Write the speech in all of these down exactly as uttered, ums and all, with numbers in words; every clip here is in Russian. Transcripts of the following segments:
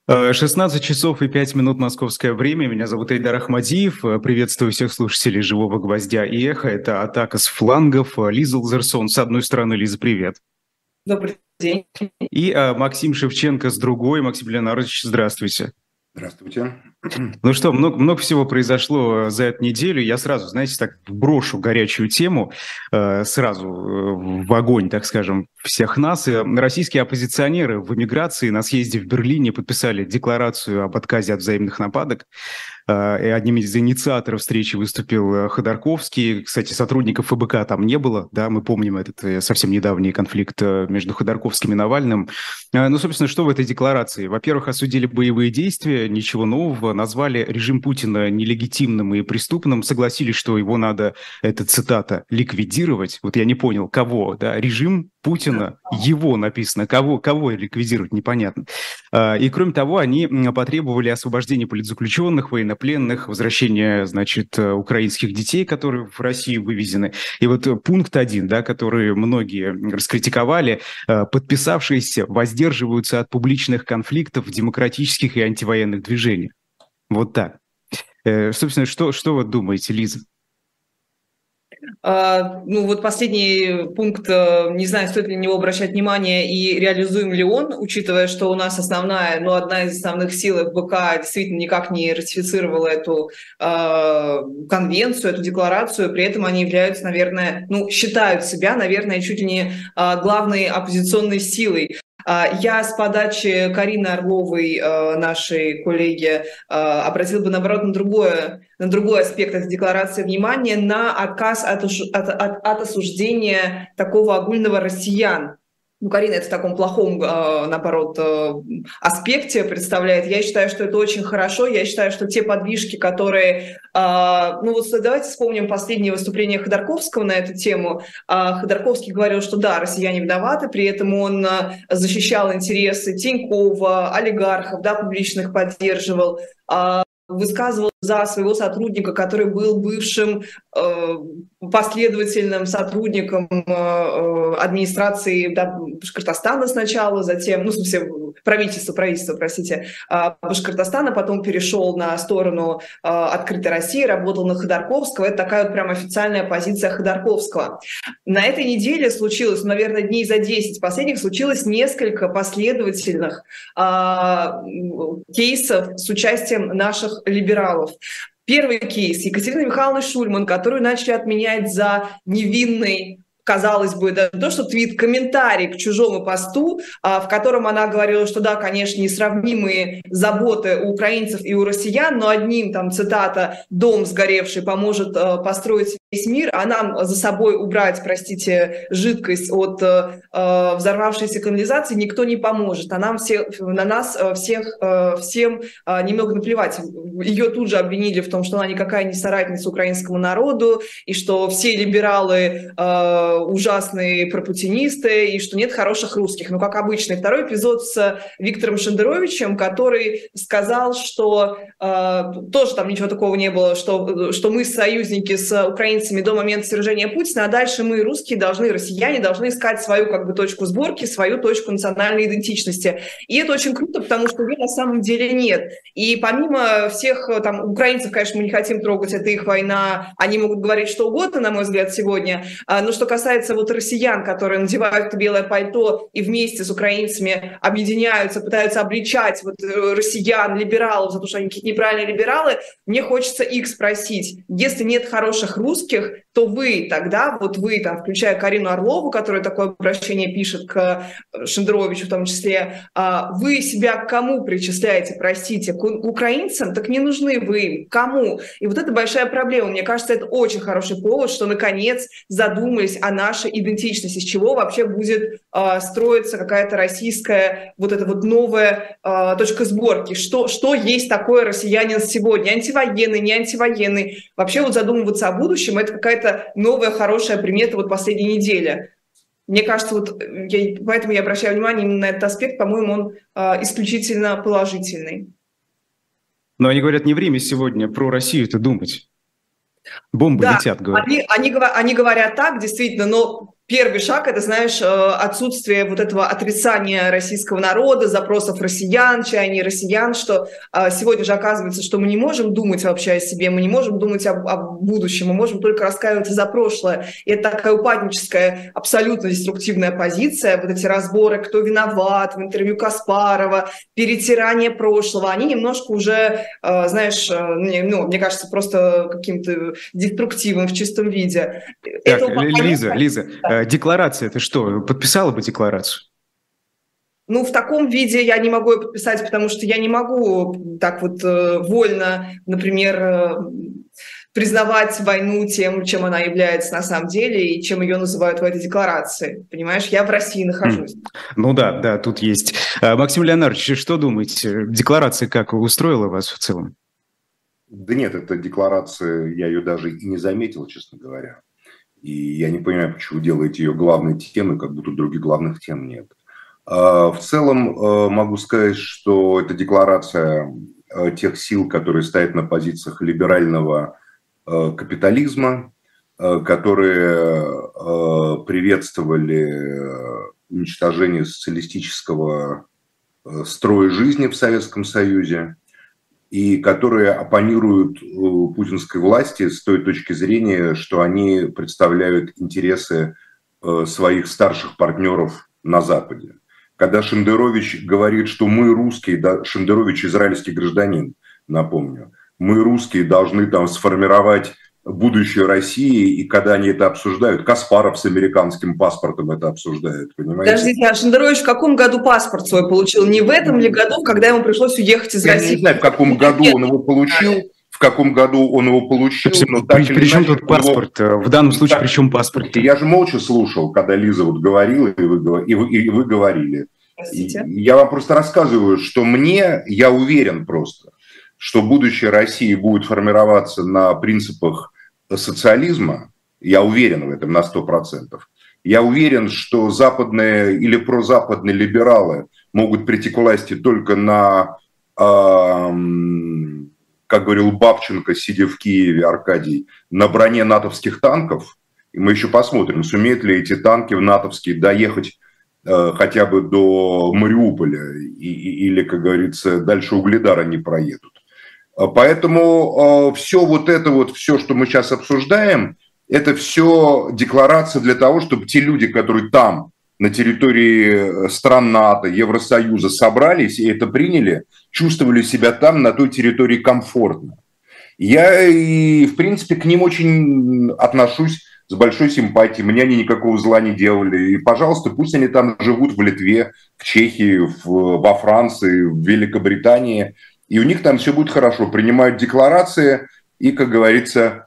шестнадцать часов и пять минут московское время. Меня зовут Эйдар Ахмадиев. Приветствую всех слушателей «Живого гвоздя» и «Эхо». Это атака с флангов. Лиза Лазерсон с одной стороны. Лиза, привет. Добрый день. И а, Максим Шевченко с другой. Максим Леонардович, здравствуйте. Здравствуйте. Ну что, много, много всего произошло за эту неделю. Я сразу, знаете, так брошу горячую тему, э, сразу э, в огонь, так скажем, всех нас. И российские оппозиционеры в эмиграции на съезде в Берлине подписали декларацию об отказе от взаимных нападок. Э, и одним из инициаторов встречи выступил Ходорковский. Кстати, сотрудников эф бэ ка там не было, да, мы помним этот э, совсем недавний конфликт между Ходорковским и Навальным. Э, ну, собственно, что в этой декларации? Во-первых, осудили боевые действия, ничего нового, назвали режим Путина нелегитимным и преступным, согласились, что его надо, это цитата, ликвидировать. Вот я не понял, кого, да, режим Путина, его написано, кого, кого ликвидировать, непонятно. И кроме того, они потребовали освобождения политзаключенных, военнопленных, возвращения, значит, украинских детей, которые в Россию вывезены. И вот пункт один, да, который многие раскритиковали, подписавшиеся воздерживаются от публичных конфликтов в демократических и антивоенных движениях. Вот так. Э, собственно, что, что вы думаете, Лиза? А, ну вот последний пункт, не знаю, стоит ли на него обращать внимание и реализуем ли он, учитывая, что у нас основная, ну одна из основных сил эф бэ ка действительно никак не ратифицировала эту э, конвенцию, эту декларацию, при этом они являются, наверное, ну считают себя, наверное, чуть ли не э, главной оппозиционной силой. Я с подачи Карины Орловой, нашей коллеги, обратила бы, наоборот, на, другое, на другой аспект этой декларации внимание, на отказ от, от, от, от осуждения такого огульного россиян. Ну, Карина это в таком плохом, наоборот, аспекте представляет. Я считаю, что это очень хорошо. Я считаю, что те подвижки, которые... Ну вот давайте вспомним последнее выступление Ходорковского на эту тему. Ходорковский говорил, что да, россияне виноваты, при этом он защищал интересы Тинькова, олигархов, да, публичных поддерживал, высказывал за своего сотрудника, который был бывшим э, последовательным сотрудником э, администрации да, Башкортостана сначала, затем, ну, в смысле, правительства, правительства, простите, э, Башкортостана, потом перешел на сторону э, «Открытой России», работал на Ходорковского. Это такая вот прям официальная позиция Ходорковского. На этой неделе случилось, наверное, дней за десять последних, случилось несколько последовательных э, кейсов с участием наших либералов. Первый кейс. Екатерина Михайловна Шульман, которую начали отменять за невинный, казалось бы, да, то, что твит, комментарий к чужому посту, а, в котором она говорила, что да, конечно, несравнимые заботы у украинцев и у россиян, но одним, там, цитата, «дом сгоревший поможет а, построить весь мир, а нам за собой убрать, простите, жидкость от а, взорвавшейся канализации никто не поможет, а нам все, на нас а, всех, а, всем а, немного наплевать». Ее тут же обвинили в том, что она никакая не соратница украинскому народу, и что все либералы а, ужасные пропутинисты, и что нет хороших русских. Ну, как обычно. И второй эпизод с Виктором Шендеровичем, который сказал, что э, тоже там ничего такого не было, что, что мы союзники с украинцами до момента свержения Путина, а дальше мы, русские, должны, россияне, должны искать свою как бы точку сборки, свою точку национальной идентичности. И это очень круто, потому что ее на самом деле нет. И помимо всех там украинцев, конечно, мы не хотим трогать, это их война, они могут говорить что угодно, на мой взгляд, сегодня, но что касается касается вот россиян, которые надевают белое пальто и вместе с украинцами объединяются, пытаются обличать вот россиян, либералов за то, что они какие-то неправильные либералы, мне хочется их спросить. Если нет хороших русских, то вы тогда, вот вы, там, включая Карину Орлову, которая такое обращение пишет к Шендеровичу в том числе, вы себя к кому причисляете, простите, к украинцам? Так не нужны вы им. Кому? И вот это большая проблема. Мне кажется, это очень хороший повод, что наконец задумались о нашей идентичности, с чего вообще будет э, строиться какая-то российская вот эта вот новая э, точка сборки. Что, что есть такое россиянин сегодня? Антивоенный, не антивоенный. Вообще вот задумываться о будущем – это какая-то новая хорошая примета вот последней недели. Мне кажется, вот я, поэтому я обращаю внимание именно на этот аспект, по-моему, он э, исключительно положительный. Но они говорят, не время сегодня про Россию-то думать. Бомбы да, летят, говорят. Они, они, они говорят так, действительно, но Первый шаг – это, знаешь, отсутствие вот этого отрицания российского народа, запросов россиян, чаяний россиян, что сегодня же оказывается, что мы не можем думать вообще о себе, мы не можем думать об, об будущем, мы можем только раскаиваться за прошлое. И это такая упадническая, абсолютно деструктивная позиция, вот эти разборы, кто виноват, в интервью Каспарова, перетирание прошлого, они немножко уже, знаешь, ну, мне кажется, просто каким-то деструктивным в чистом виде. Так, это Лиза, Лиза, да. Декларация, ты что, подписала бы декларацию? Ну, в таком виде я не могу ее подписать, потому что я не могу так вот э, вольно, например, э, признавать войну тем, чем она является на самом деле и чем ее называют в этой декларации. Понимаешь, я в России нахожусь. Mm. Ну да, да, тут есть. Максим Леонардович, что думаете? Декларация как устроила вас в целом? Да нет, эта декларация, я ее даже и не заметил, честно говоря. И я не понимаю, почему вы делаете ее главной темой, как будто других главных тем нет. В целом могу сказать, что это декларация тех сил, которые стоят на позициях либерального капитализма, которые приветствовали уничтожение социалистического строя жизни в Советском Союзе, и которые оппонируют путинской власти с той точки зрения, что они представляют интересы своих старших партнеров на Западе. Когда Шендерович говорит, что мы русские, да, Шендерович израильский гражданин, напомню, мы русские должны там сформировать будущее России, и когда они это обсуждают, Каспаров с американским паспортом это обсуждает, понимаете? Подождите, а Шендерович в каком году паспорт свой получил? Не в этом ли году, когда ему пришлось уехать из Я России? Я не знаю, в каком году он его получил, в каком году он его получил. Но при, при чем тут паспорт? Его... В данном случае, так, при чем паспорт? Я же молча слушал, когда Лиза вот говорила, и вы, и вы, и вы говорили. Простите? Я вам просто рассказываю, что мне, я уверен просто, что будущее России будет формироваться на принципах социализма, я уверен в этом на сто процентов. Я уверен, что западные или прозападные либералы могут прийти к власти только на, э, как говорил Бабченко, сидя в Киеве, Аркадий, на броне натовских танков. И мы еще посмотрим, сумеют ли эти танки в натовские доехать э, хотя бы до Мариуполя и, и, или, как говорится, дальше Угледара не проедут. Поэтому э, все вот это вот, все, что мы сейчас обсуждаем, это все декларация для того, чтобы те люди, которые там, на территории стран НАТО, Евросоюза собрались и это приняли, чувствовали себя там, на той территории комфортно. Я, и, в принципе, к ним очень отношусь с большой симпатией. Мне они никакого зла не делали. И, пожалуйста, пусть они там живут в Литве, в Чехии, в, во Франции, в Великобритании. И у них там все будет хорошо. Принимают декларации и, как говорится,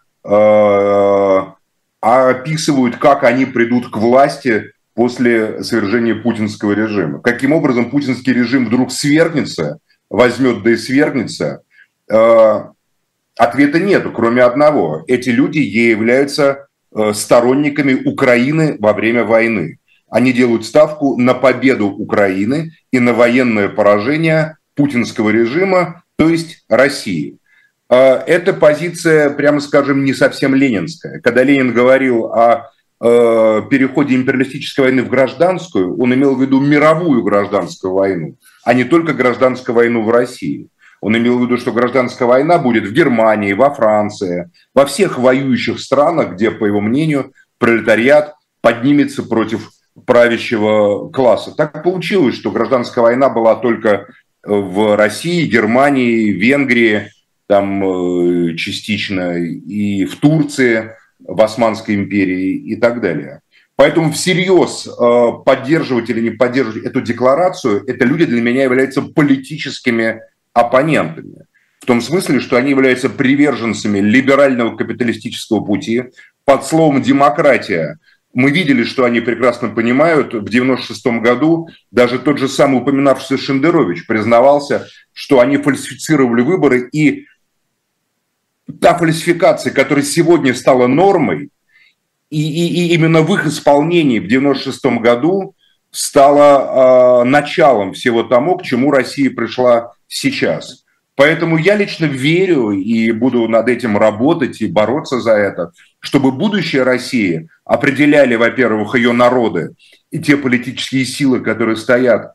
описывают, как они придут к власти после свержения путинского режима. Каким образом путинский режим вдруг свергнется, возьмет да и свергнется. Ответа нету, кроме одного. Эти люди являются сторонниками Украины во время войны. Они делают ставку на победу Украины и на военное поражение путинского режима, то есть России. Эта позиция, прямо скажем, не совсем ленинская. Когда Ленин говорил о переходе империалистической войны в гражданскую, он имел в виду мировую гражданскую войну, а не только гражданскую войну в России. Он имел в виду, что гражданская война будет в Германии, во Франции, во всех воюющих странах, где, по его мнению, пролетариат поднимется против правящего класса. Так получилось, что гражданская война была только в России, Германии, Венгрии, там частично и в Турции, в Османской империи и так далее. Поэтому всерьез поддерживать или не поддерживать эту декларацию, это люди для меня являются политическими оппонентами. В том смысле, что они являются приверженцами либерального капиталистического пути. Под словом «демократия» мы видели, что они прекрасно понимают. В девяносто шестом году даже тот же самый упоминавшийся Шендерович признавался, что они фальсифицировали выборы, и та фальсификация, которая сегодня стала нормой, и, и, и именно в их исполнении в девяносто шестом году стала э, началом всего тому, к чему Россия пришла сейчас. Поэтому я лично верю и буду над этим работать и бороться за это, чтобы будущее России определяли, во-первых, ее народы и те политические силы, которые стоят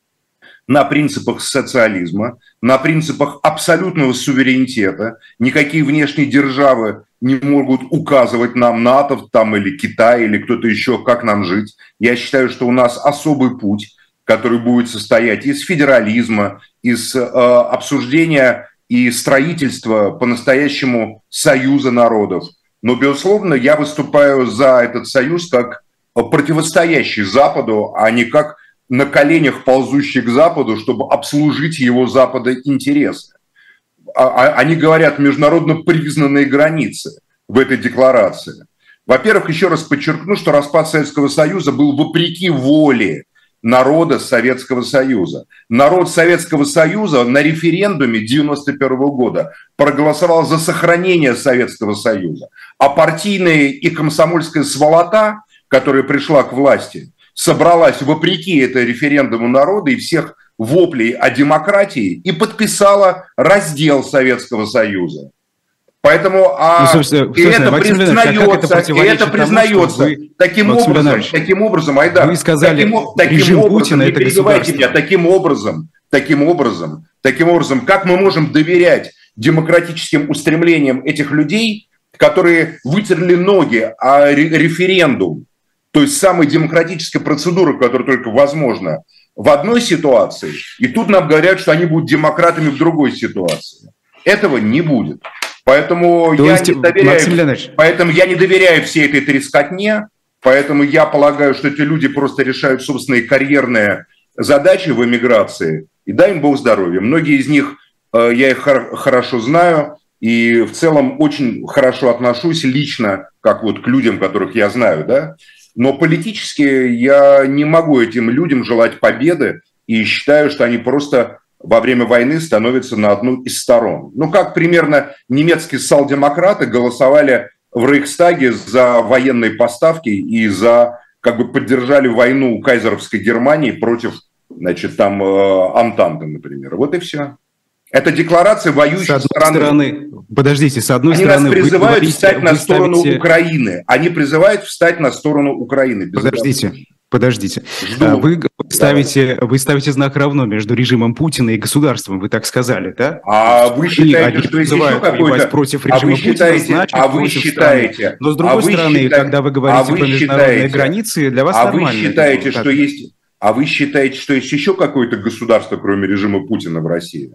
на принципах социализма, на принципах абсолютного суверенитета. Никакие внешние державы не могут указывать нам, НАТО там, или Китай, или кто-то еще, как нам жить. Я считаю, что у нас особый путь, который будет состоять из федерализма, из э, обсуждения и строительства по-настоящему союза народов. Но, безусловно, я выступаю за этот союз как противостоящий Западу, а не как на коленях ползущий к Западу, чтобы обслужить его Запада интересы. Они говорят международно признанные границы в этой декларации. Во-первых, еще раз подчеркну, что распад Советского Союза был вопреки воле народа Советского Союза. Народ Советского Союза на референдуме девяносто первого года проголосовал за сохранение Советского Союза. А партийная и комсомольская сволота, которая пришла к власти, собралась вопреки этому референдуму народа и всех воплей о демократии и подписала раздел Советского Союза. Поэтому а, ну, собственно, и это Максим признается, это и это признается вы, таким Максим образом, Леонидович, таким образом, Айдар, вы сказали, таким, таким образом, Путина, не перебивайте меня, таким образом, таким образом, таким образом, как мы можем доверять демократическим устремлениям этих людей, которые вытерли ноги о референдум, то есть самой демократической процедуры, которая только возможна в одной ситуации, и тут нам говорят, что они будут демократами в другой ситуации. Этого не будет. Поэтому я, есть, не доверяю, поэтому я не доверяю всей этой трескотне, поэтому я полагаю, что эти люди просто решают собственные карьерные задачи в эмиграции, и дай им Бог здоровья. Многие из них, я их хорошо знаю, и в целом очень хорошо отношусь лично, как вот к людям, которых я знаю, да. Но политически я не могу этим людям желать победы и считаю, что они просто во время войны становятся на одну из сторон. Ну, как примерно немецкие социал-демократы голосовали в Рейхстаге за военные поставки и за, как бы, поддержали войну кайзеровской Германии против, значит, там, Антанты, например. Вот и все. Это декларация воюющей стороны. стороны. Подождите, с одной Они стороны... Они нас призывают говорите, встать на сторону ставите... Украины. Они призывают встать на сторону Украины. Подождите, подождите. Вы ставите, вы ставите знак равно между режимом Путина и государством, вы так сказали, да? А вы считаете, что есть еще какой-то... против режима а вы считаете, Путина, значит, а вы считаете, страны. Но с другой а вы стороны, считаете, когда вы говорите а вы про международные считаете, границы, для вас а нормально. Вы считаете, что есть, а вы считаете, что есть еще какое-то государство, кроме режима Путина в России?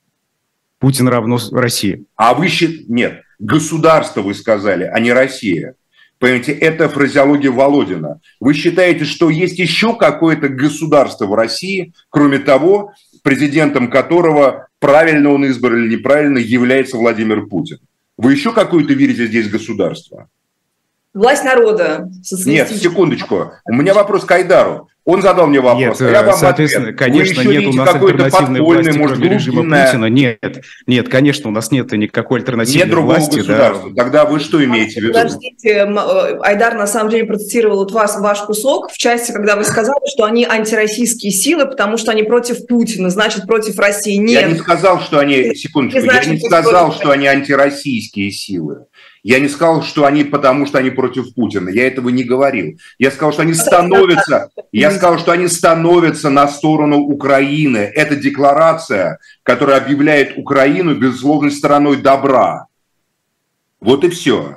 Путин равно России. А вы считаете... Нет, государство вы сказали, а не Россия. Понимаете, это фразеология Володина. Вы считаете, что есть еще какое-то государство в России, кроме того, президентом которого, правильно он избран или неправильно, является Владимир Путин? Вы еще какое-то верите здесь государство? Власть народа. Нет, секундочку. У меня вопрос к Айдару. Он задал мне вопрос, нет, а я вам соответственно, ответ. Конечно, нет у нас альтернативной власти, может, кроме режима Путина. Нет, нет, конечно, у нас нет никакой альтернативной нет другого власти. Государства. Да. Тогда вы что имеете в виду? Подождите, Айдар на самом деле процитировал вот вас, ваш кусок в части, когда вы сказали, что они антироссийские силы, потому что они против Путина, значит, против России. Нет. Я не сказал, что они... Секундочку, не значит, я не сказал, что они антироссийские силы. Я не сказал, что они потому, что они против Путина. Я этого не говорил. Я сказал, что они становятся, я сказал, что они становятся на сторону Украины. Это декларация, которая объявляет Украину безусловной стороной добра. Вот и все.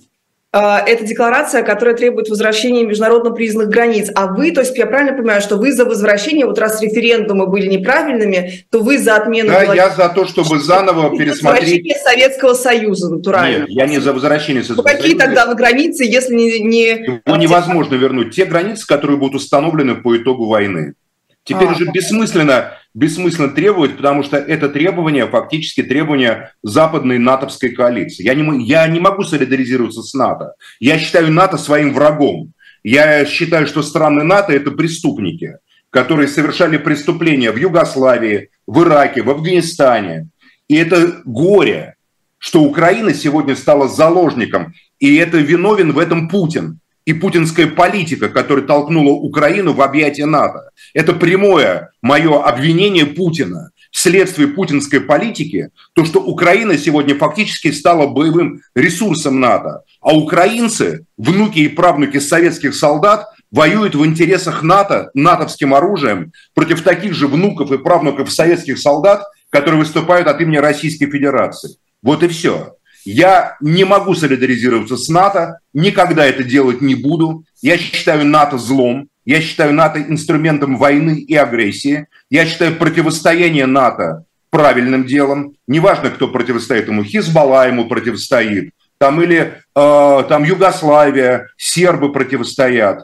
Это декларация, которая требует возвращения международно признанных границ. А вы, то есть я правильно понимаю, что вы за возвращение, вот раз референдумы были неправильными, то вы за отмену... Да, я за то, чтобы заново пересмотреть... Возвращение Советского Союза, натурально. Нет, я не за возвращение Советского Союза. Какие тогда границы, если не... не... Его невозможно вернуть. Те границы, которые будут установлены по итогу войны. Теперь а, уже бессмысленно, бессмысленно требовать, потому что это требование, фактически требование западной натовской коалиции. Я не, я не могу солидаризироваться с НАТО. Я считаю НАТО своим врагом. Я считаю, что страны НАТО – это преступники, которые совершали преступления в Югославии, в Ираке, в Афганистане. И это горе, что Украина сегодня стала заложником, и это виновен в этом Путин. И путинская политика, которая толкнула Украину в объятия НАТО. Это прямое мое обвинение Путина. вследствие путинской политики, то, что Украина сегодня фактически стала боевым ресурсом НАТО, а украинцы, внуки и правнуки советских солдат, воюют в интересах НАТО, натовским оружием против таких же внуков и правнуков советских солдат, которые выступают от имени Российской Федерации. Вот и все. Я не могу солидаризироваться с НАТО, никогда это делать не буду. Я считаю НАТО злом, я считаю НАТО инструментом войны и агрессии, я считаю противостояние НАТО правильным делом. Неважно, кто противостоит ему, Хизбалла ему противостоит, там или э, там Югославия, сербы противостоят.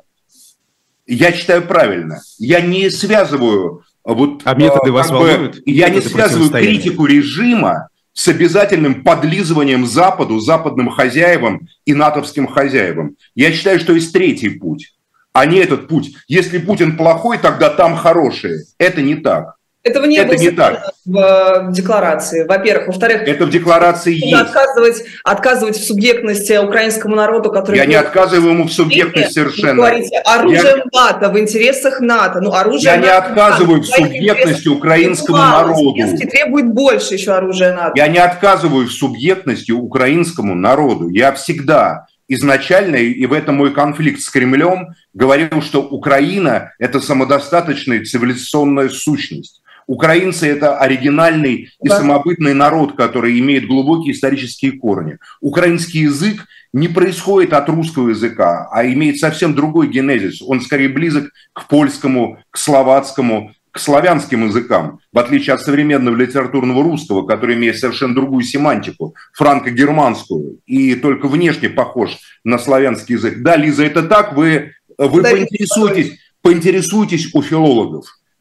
Я считаю правильно. Я не связываю вот, а методы э, вас бы, волнуют? Я не связываю критику режима с обязательным подлизыванием Западу, западным хозяевам и натовским хозяевам. Я считаю, что есть третий путь, а не этот путь. Если Путин плохой, тогда там хорошие. Это не так. Этого не это было не так. в декларации, во-первых. Во-вторых, это в декларации есть. Отказывать, отказывать в субъектности украинскому народу, который... Я не отказываю ему в субъектности совершенно. Вы говорите, оружие я... НАТО, в интересах НАТО. Ну, оружие я НАТО, не отказываю НАТО, в субъектности украинскому народу. Зеленский требует больше еще оружия НАТО. Я не отказываю в субъектности украинскому народу. Я всегда... изначально, и в этом мой конфликт с Кремлем, говорил, что Украина – это самодостаточная цивилизационная сущность. Украинцы – это оригинальный и самобытный народ, который имеет глубокие исторические корни. Украинский язык не происходит от русского языка, а имеет совсем другой генезис. Он скорее близок к польскому, к словацкому, к славянским языкам, в отличие от современного литературного русского, который имеет совершенно другую семантику, франко-германскую, и только внешне похож на славянский язык. Да, Лиза, это так, вы, вы да, поинтересуйтесь, поинтересуйтесь у филологов.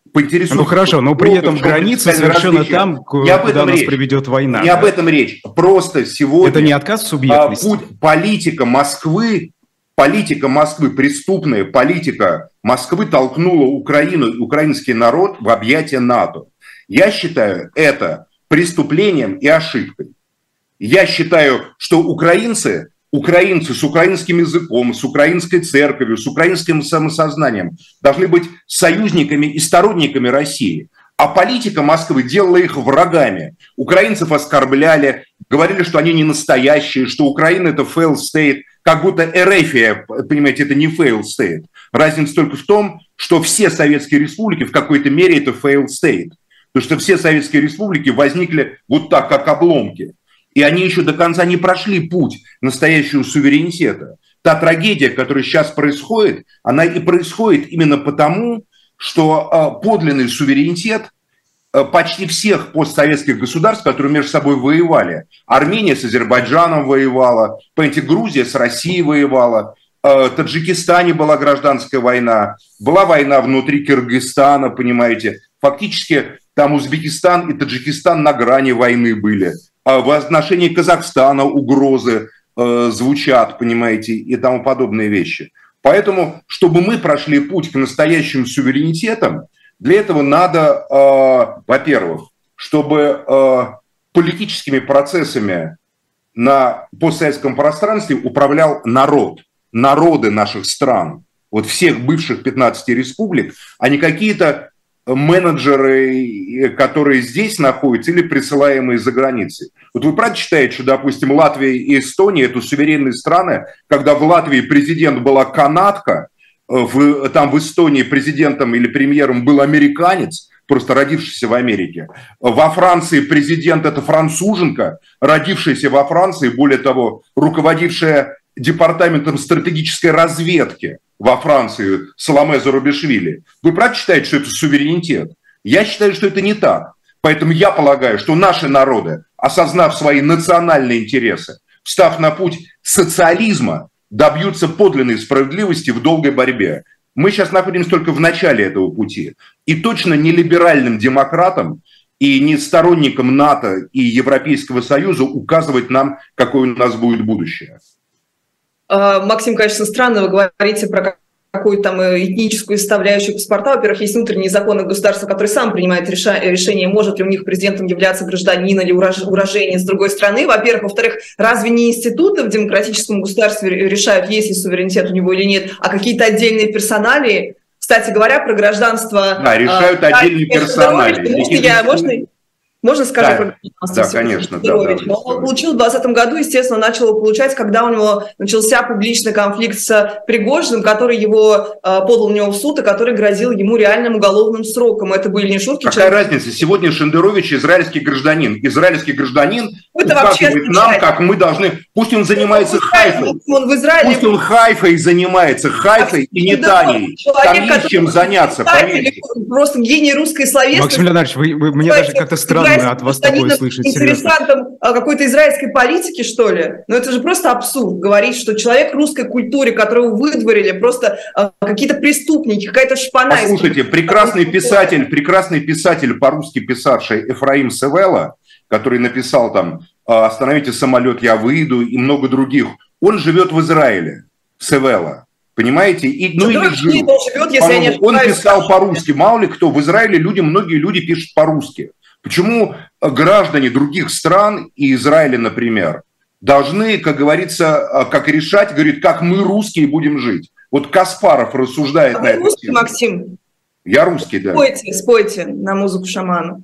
Ну хорошо, но при этом граница совершенно там, куда нас приведет война. Не об этом речь. Просто сегодня... Это не отказ в субъектности. Путь, политика Москвы, политика Москвы, преступная политика Москвы толкнула Украину и украинский народ в объятия НАТО. Я считаю это преступлением и ошибкой. Я считаю, что украинцы... Украинцы с украинским языком, с украинской церковью, с украинским самосознанием должны быть союзниками и сторонниками России. А политика Москвы делала их врагами. Украинцев оскорбляли, говорили, что они не настоящие, что Украина – это failed state, как будто Эрефия, понимаете, это не failed state. Разница только в том, что все советские республики в какой-то мере это failed state. Потому что все советские республики возникли вот так, как обломки. И они еще до конца не прошли путь настоящего суверенитета. Та трагедия, которая сейчас происходит, она и происходит именно потому, что подлинный суверенитет почти всех постсоветских государств, которые между собой воевали. Армения с Азербайджаном воевала, понимаете, Грузия с Россией воевала, в Таджикистане была гражданская война, была война внутри Кыргызстана, понимаете. Фактически там Узбекистан и Таджикистан на грани войны были. В отношении Казахстана угрозы э, звучат, понимаете, и тому подобные вещи. Поэтому, чтобы мы прошли путь к настоящим суверенитетам, для этого надо, э, во-первых, чтобы э, политическими процессами на постсоветском пространстве управлял народ, народы наших стран, вот всех бывших пятнадцати республик, а не какие-то менеджеры, которые здесь находятся или присылаемые за границей. Вот вы правда считаете, что, допустим, Латвия и Эстония – это суверенные страны, когда в Латвии президент была канадка, в, там в Эстонии президентом или премьером был американец, просто родившийся в Америке. Во Франции президент – это француженка, родившаяся во Франции, более того, руководившая департаментом стратегической разведки во Франции Саломе Зарубишвили. Вы правда считаете, что это суверенитет? Я считаю, что это не так. Поэтому я полагаю, что наши народы, осознав свои национальные интересы, встав на путь социализма, добьются подлинной справедливости в долгой борьбе. Мы сейчас находимся только в начале этого пути. И точно не либеральным демократам и не сторонникам НАТО и Европейского Союза указывать нам, какое у нас будет будущее. Максим, конечно, странно, вы говорите про какую-то там этническую составляющую паспорта. Во-первых, есть внутренние законы государства, которые сам принимает решение, может ли у них президентом являться гражданин или уроженец другой страны. Во-первых. Во-вторых, разве не институты в демократическом государстве решают, есть ли суверенитет у него или нет, а какие-то отдельные персоналии? Кстати говоря, про гражданство... Да, решают а, отдельные персонали. Можно я, можно, Можно сказать? Да, да, конечно. Да, да, он получил в двадцатом году, естественно, начал его получать, когда у него начался публичный конфликт с Пригожиным, который его э, подал на него в суд, и который грозил ему реальным уголовным сроком. Это были не шутки. Какая человек... разница? Сегодня Шендерович израильский гражданин. Израильский гражданин это указывает нам, как мы должны... Пусть он занимается Хайфой. Он в Израиле... Пусть он Хайфой занимается, Хайфой и Нетанией. Там есть чем заняться, поверьте. Просто гений русской словесности. Максим Леонидович, вы, вы, мне даже как-то странно от вас такое слышать. Интересантом какой-то израильской политики, что ли? Но это же просто абсурд говорить, что человек русской культуры, которого выдворили, просто какие-то преступники, какая-то шпана. Послушайте, прекрасный писатель, прекрасный писатель по-русски писавший Эфраим Севела, который написал там «Остановите самолет, я выйду» и много других, он живет в Израиле, Севела. Понимаете? И, ну, или жил. Он, живет, он, не он писал по-русски. Мало ли кто. В Израиле люди, многие люди пишут по-русски. Почему граждане других стран и Израиля, например, должны, как говорится, как решать, говорит, как мы, русские, будем жить? Вот Каспаров рассуждает а на эту тему. Максим? Я русский, да. Спойте, спойте на музыку шамана.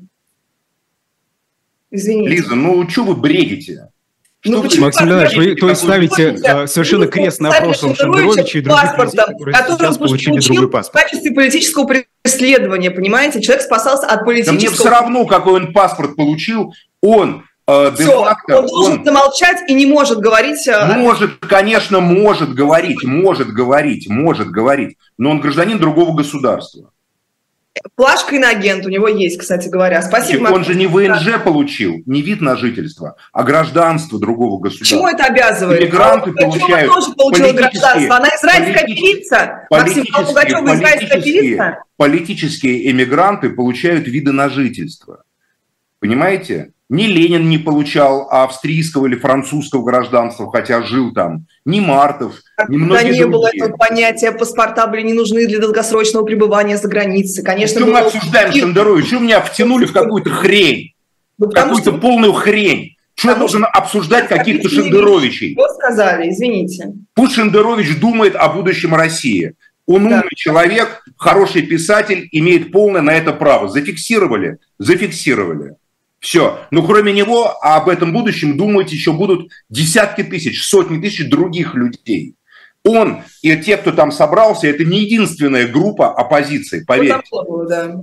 Извините. Лиза, ну что вы бредите? Ну, Максим Леонидович, вы то есть ставите а, совершенно крест на прошлом Шендеровича и других людей, которые сейчас получили другой паспорт. В качестве политического преследования, понимаете? Человек спасался от политического... Да мне все равно, какой он паспорт получил, он... Э, Все, он должен он... замолчать и не может говорить... Может, конечно, может говорить, может говорить, может говорить, но он гражданин другого государства. Плашка иноагент у него есть, кстати говоря. Спасибо. Он же не ВНЖ получил, не вид на жительство, а гражданство другого государства. Почему это обязывает? Иммигранты а получают тоже получила гражданство. Она израильская певица. Максим Пугачева израильская певица. Политические эмигранты получают виды на жительство. Понимаете? Ни Ленин не получал австрийского или французского гражданства, хотя жил там. Ни Мартов, ни многие другие. Не было этого понятия, паспорта были не нужны для долгосрочного пребывания за границей. Конечно, что мы обсуждаем Шендерович? Что меня втянули в какую-то хрень? Ну, какую-то что... полную хрень. Что я должен обсуждать каких-то Шендеровичей? Что сказали, извините. Пусть Шендерович думает о будущем России. Он да. умный человек, хороший писатель, имеет полное на это право. Зафиксировали? Зафиксировали. Все. Но кроме него об этом будущем думать еще будут десятки тысяч, сотни тысяч других людей. Он и те, кто там собрался, это не единственная группа оппозиции, поверьте. Ну, да.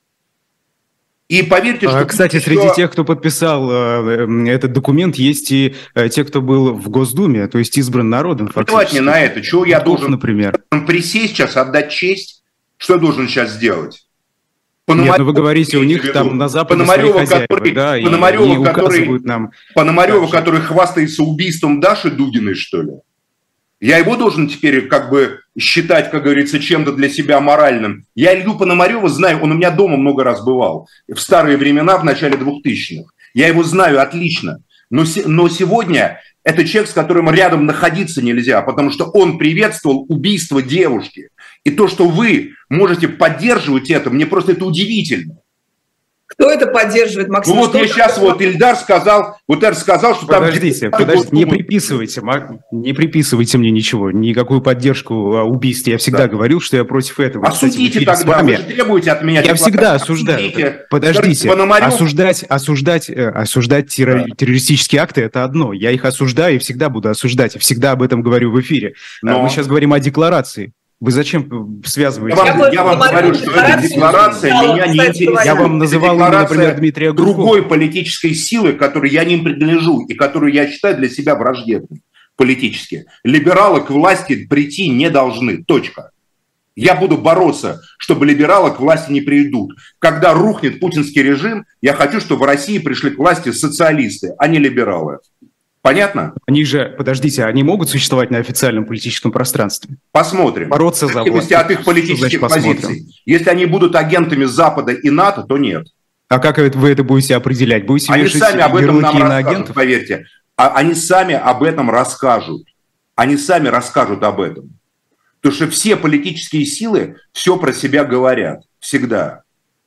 И поверьте, что... Кстати, что... среди тех, кто подписал э, этот документ, есть и э, те, кто был в Госдуме, то есть избран народом. Плевать мне на это. Чего я должен, например. присесть сейчас, отдать честь? Что я должен сейчас сделать? Нет, ну вы говорите, у них там на Западе свои хозяева, который, да, и они указывают нам... Пономарева, который хвастается убийством Даши Дугиной, что ли? Я его должен теперь как бы считать, как говорится, чем-то для себя моральным. Я Илью Пономарева знаю, он у меня дома много раз бывал, в старые времена, в начале двухтысячных. Я его знаю отлично. Но, но сегодня это человек, с которым рядом находиться нельзя, потому что он приветствовал убийство девушки. И то, что вы можете поддерживать это, мне просто это удивительно. Кто это поддерживает, Максим? Ну вот мне сейчас вот Ильдар сказал, вот Ильдар сказал, что подождите, там... Подождите, не приписывайте, не приписывайте мне ничего, никакую поддержку убийств. Я всегда да. говорил, что я против этого. Осудите Кстати, тогда, вы же требуете от меня... Я всегда осуждаю. Подождите, осуждать, осуждать, осуждать террор... да. террористические акты – это одно. Я их осуждаю и всегда буду осуждать, и всегда об этом говорю в эфире. Но... Мы сейчас говорим о декларации. Вы зачем связываете? Я вам, я вам говорю, что эта декларация меня не интересует. Я вам называл, например, Дмитрия Гудкова. Другой политической силы, которой я не принадлежу и которую я считаю для себя враждебной политически. Либералы к власти прийти не должны. Точка. Я буду бороться, чтобы либералы к власти не придут. Когда рухнет путинский режим, я хочу, чтобы в России пришли к власти социалисты, а не либералы. Понятно? Они же, подождите, они могут существовать на официальном политическом пространстве? Посмотрим. Бороться за власть. От их политических позиций. Если они будут агентами Запада и НАТО, то нет. А как вы это будете определять? Будете они сами об этом нам расскажут, агентов? Поверьте. Они сами об этом расскажут. Они сами расскажут об этом. Потому что все политические силы все про себя говорят. Всегда.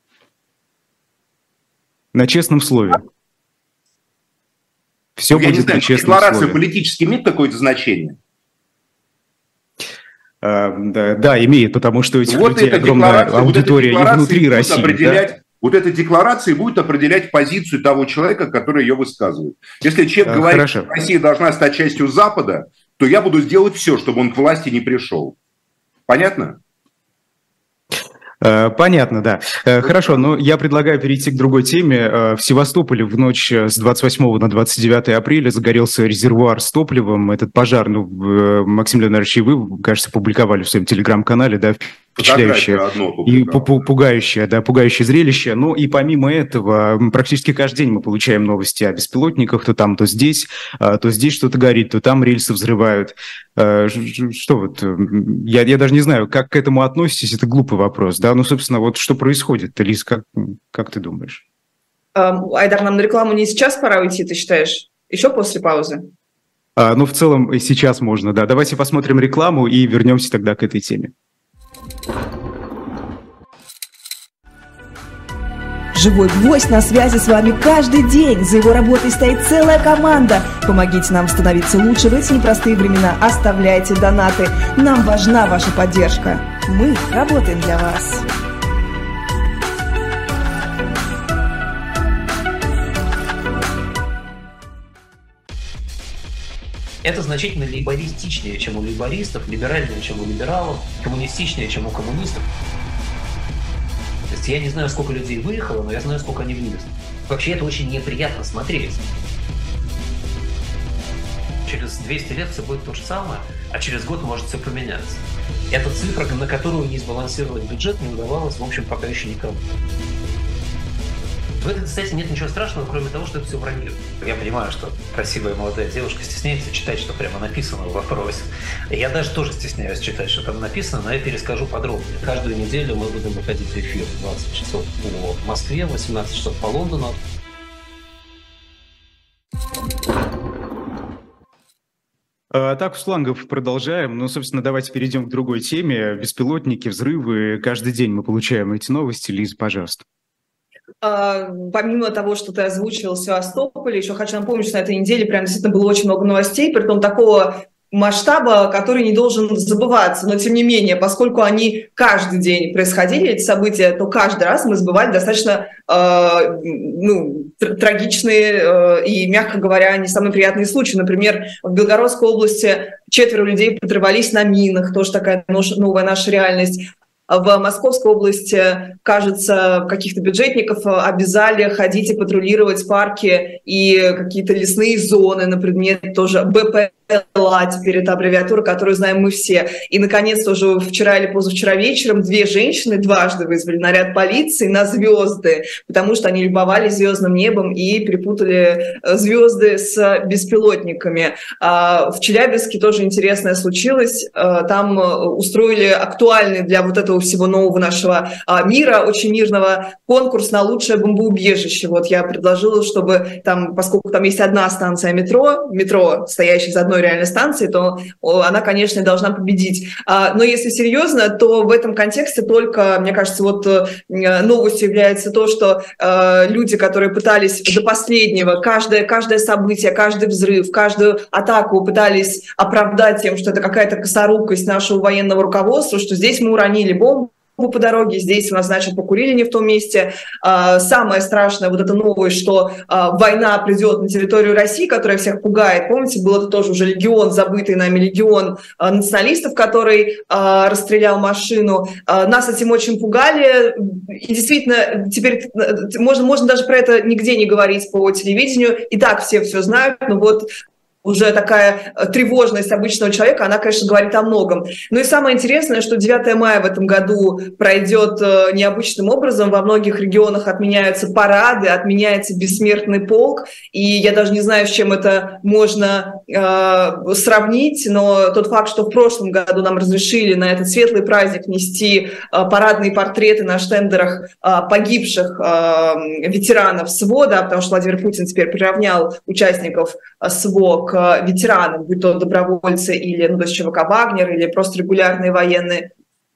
На честном слове. Все Я будет не знаю, декларация политически имеет какое-то значение? А, да, да, имеет, потому что у этих вот людей огромная аудитория вот и внутри России. Определять, да? вот эта декларация будет определять позицию того человека, который ее высказывает. Если человек а, говорит, хорошо. Что Россия должна стать частью Запада, то я буду делать все, чтобы он к власти не пришел. Понятно? Понятно, да. Хорошо, но я предлагаю перейти к другой теме. В Севастополе в ночь с двадцать восьмого на двадцать девятое апреля загорелся резервуар с топливом. Этот пожар, ну, Максим Леонидович, и вы, кажется, публиковали в своем телеграм-канале, да, впечатляющее и пугающее, да, пугающее зрелище. Ну и помимо этого, практически каждый день мы получаем новости о беспилотниках, то там, то здесь, то здесь что-то горит, то там рельсы взрывают. Что вот, я, я даже не знаю, как к этому относитесь, это глупый вопрос, да, ну, собственно, вот что происходит, Лиз, как, как ты думаешь? Айдар, нам на рекламу не сейчас пора уйти, ты считаешь? Еще после паузы? А, ну, в целом, сейчас можно, да. Давайте посмотрим рекламу и вернемся тогда к этой теме. «Живой гвоздь» на связи с вами каждый день. За его работой стоит целая команда. Помогите нам становиться лучше в эти непростые времена. Оставляйте донаты. Нам важна ваша поддержка. Мы работаем для вас. Это значительно лейбористичнее, чем у лейбористов, либеральнее, чем у либералов, коммунистичнее, чем у коммунистов. То есть я не знаю, сколько людей выехало, но я знаю, сколько они вывезли. Вообще это очень неприятно смотреть. Через двести лет все будет то же самое, а через год может все поменяться. Это цифра, на которую не сбалансировать бюджет не удавалось, в общем, пока еще никому. В этой, кстати, нет ничего страшного, кроме того, что это все вранье. Я понимаю, что красивая молодая девушка стесняется читать, что прямо написано в вопросе. Я даже тоже стесняюсь читать, что там написано, но я перескажу подробнее. Каждую неделю мы будем выходить в эфир двадцать часов по Москве, восемнадцать часов по Лондону. Так, Флангов, продолжаем. Ну, собственно, давайте перейдем к другой теме. Беспилотники, взрывы. Каждый день мы получаем эти новости. Лиз, пожалуйста. Помимо того, что ты озвучил в Севастополе, еще хочу напомнить, что на этой неделе прям действительно было очень много новостей, при том такого масштаба, который не должен забываться. Но, тем не менее, поскольку они каждый день происходили, эти события, то каждый раз мы забывали достаточно э, ну, трагичные э, и, мягко говоря, не самые приятные случаи. Например, в Белгородской области четверо людей подорвались на минах, тоже такая новая наша реальность. В Московской области, кажется, каких-то бюджетников обязали ходить и патрулировать парки и какие-то лесные зоны на предмет тоже бэ пэ эл а, теперь это аббревиатура, которую знаем мы все. И, наконец, тоже вчера или позавчера вечером две женщины дважды вызвали наряд полиции на звезды, потому что они любовались звездным небом и перепутали звезды с беспилотниками. В Челябинске тоже интересное случилось. Там устроили актуальный для вот этого всего нового нашего мира, очень мирного, конкурс на лучшее бомбоубежище. Вот я предложила, чтобы там, поскольку там есть одна станция метро, метро, стоящая за одной реальной станции, то она, конечно, должна победить. Но если серьезно, то в этом контексте только, мне кажется, вот новостью является то, что люди, которые пытались до последнего, каждое, каждое событие, каждый взрыв, каждую атаку пытались оправдать тем, что это какая-то косорукость нашего военного руководства, что здесь мы уронили бомбу по дороге, здесь у нас, значит, покурили не в том месте. Самое страшное, вот это новость, что война придет на территорию России, которая всех пугает. Помните, был это тоже уже легион, забытый нами легион националистов, который расстрелял машину. Нас этим очень пугали. И действительно, теперь можно, можно даже про это нигде не говорить по телевидению. И так все все знают, но вот уже такая тревожность обычного человека, она, конечно, говорит о многом. Ну и самое интересное, что девятое мая в этом году пройдет необычным образом. Во многих регионах отменяются парады, отменяется бессмертный полк. И я даже не знаю, с чем это можно э, сравнить, но тот факт, что в прошлом году нам разрешили на этот светлый праздник нести э, парадные портреты на штендерах э, погибших э, ветеранов СВО, да, потому что Владимир Путин теперь приравнял участников СВО к ветеранам, будь то добровольцы или, ну, то есть ЧВК «Вагнер», или просто регулярные военные.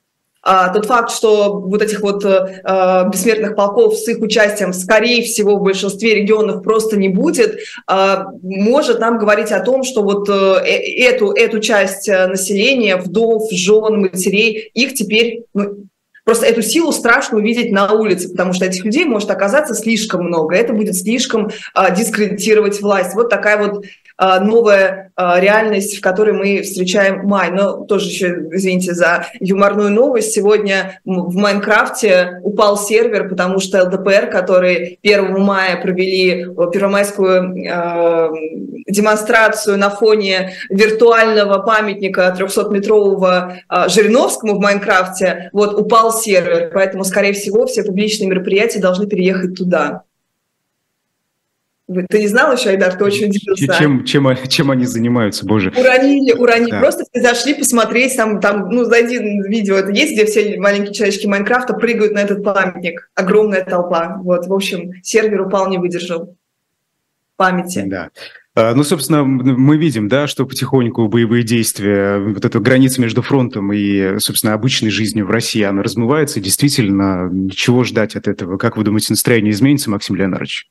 А, тот факт, что вот этих вот а, бессмертных полков с их участием, скорее всего, в большинстве регионов просто не будет, а, может нам говорить о том, что вот а, эту, эту часть населения, вдов, жен, матерей, их теперь... Ну, Просто эту силу страшно увидеть на улице, потому что этих людей может оказаться слишком много. Это будет слишком а, дискредитировать власть. Вот такая вот а, новая а, реальность, в которой мы встречаем май. Но тоже еще, извините за юморную новость, сегодня в Майнкрафте упал сервер, потому что эл дэ пэ эр, которые первого мая провели первомайскую а, демонстрацию на фоне виртуального памятника трехсотметрового а, Жириновскому в Майнкрафте, вот упал сервер, поэтому, скорее всего, все публичные мероприятия должны переехать туда. Ты не знал еще, Айдар, ты очень удивился. Чем, чем, чем они занимаются, боже? Уронили, уронили. Да. Просто все зашли посмотреть, там, там, ну, зайди, видео это есть, где все маленькие человечки Майнкрафта прыгают на этот памятник. Огромная толпа. Вот, в общем, сервер упал, не выдержал памяти. Да. Ну, собственно, мы видим, да, что потихоньку боевые действия, вот эта граница между фронтом и, собственно, обычной жизнью в России, она размывается. Действительно, чего ждать от этого? Как вы думаете, настроение изменится, Максим Леонардович?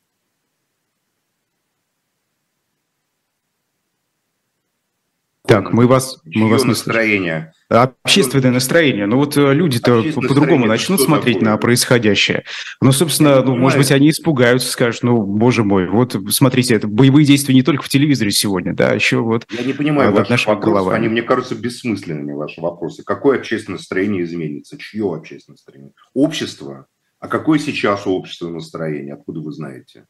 Так, мы вас, мы вас не настроение. Общественное настроение. Ну вот люди-то по-другому начнут смотреть такое? На происходящее. Ну, собственно, ну, может быть, они испугаются, скажут, ну, боже мой, вот смотрите, это боевые действия не только в телевизоре сегодня, да, еще вот. Я не понимаю ваши вопросы, они, мне кажутся, бессмысленными, ваши вопросы. Какое общественное настроение изменится? Чье общественное настроение? Общество? А какое сейчас у общества настроение? Откуда вы знаете?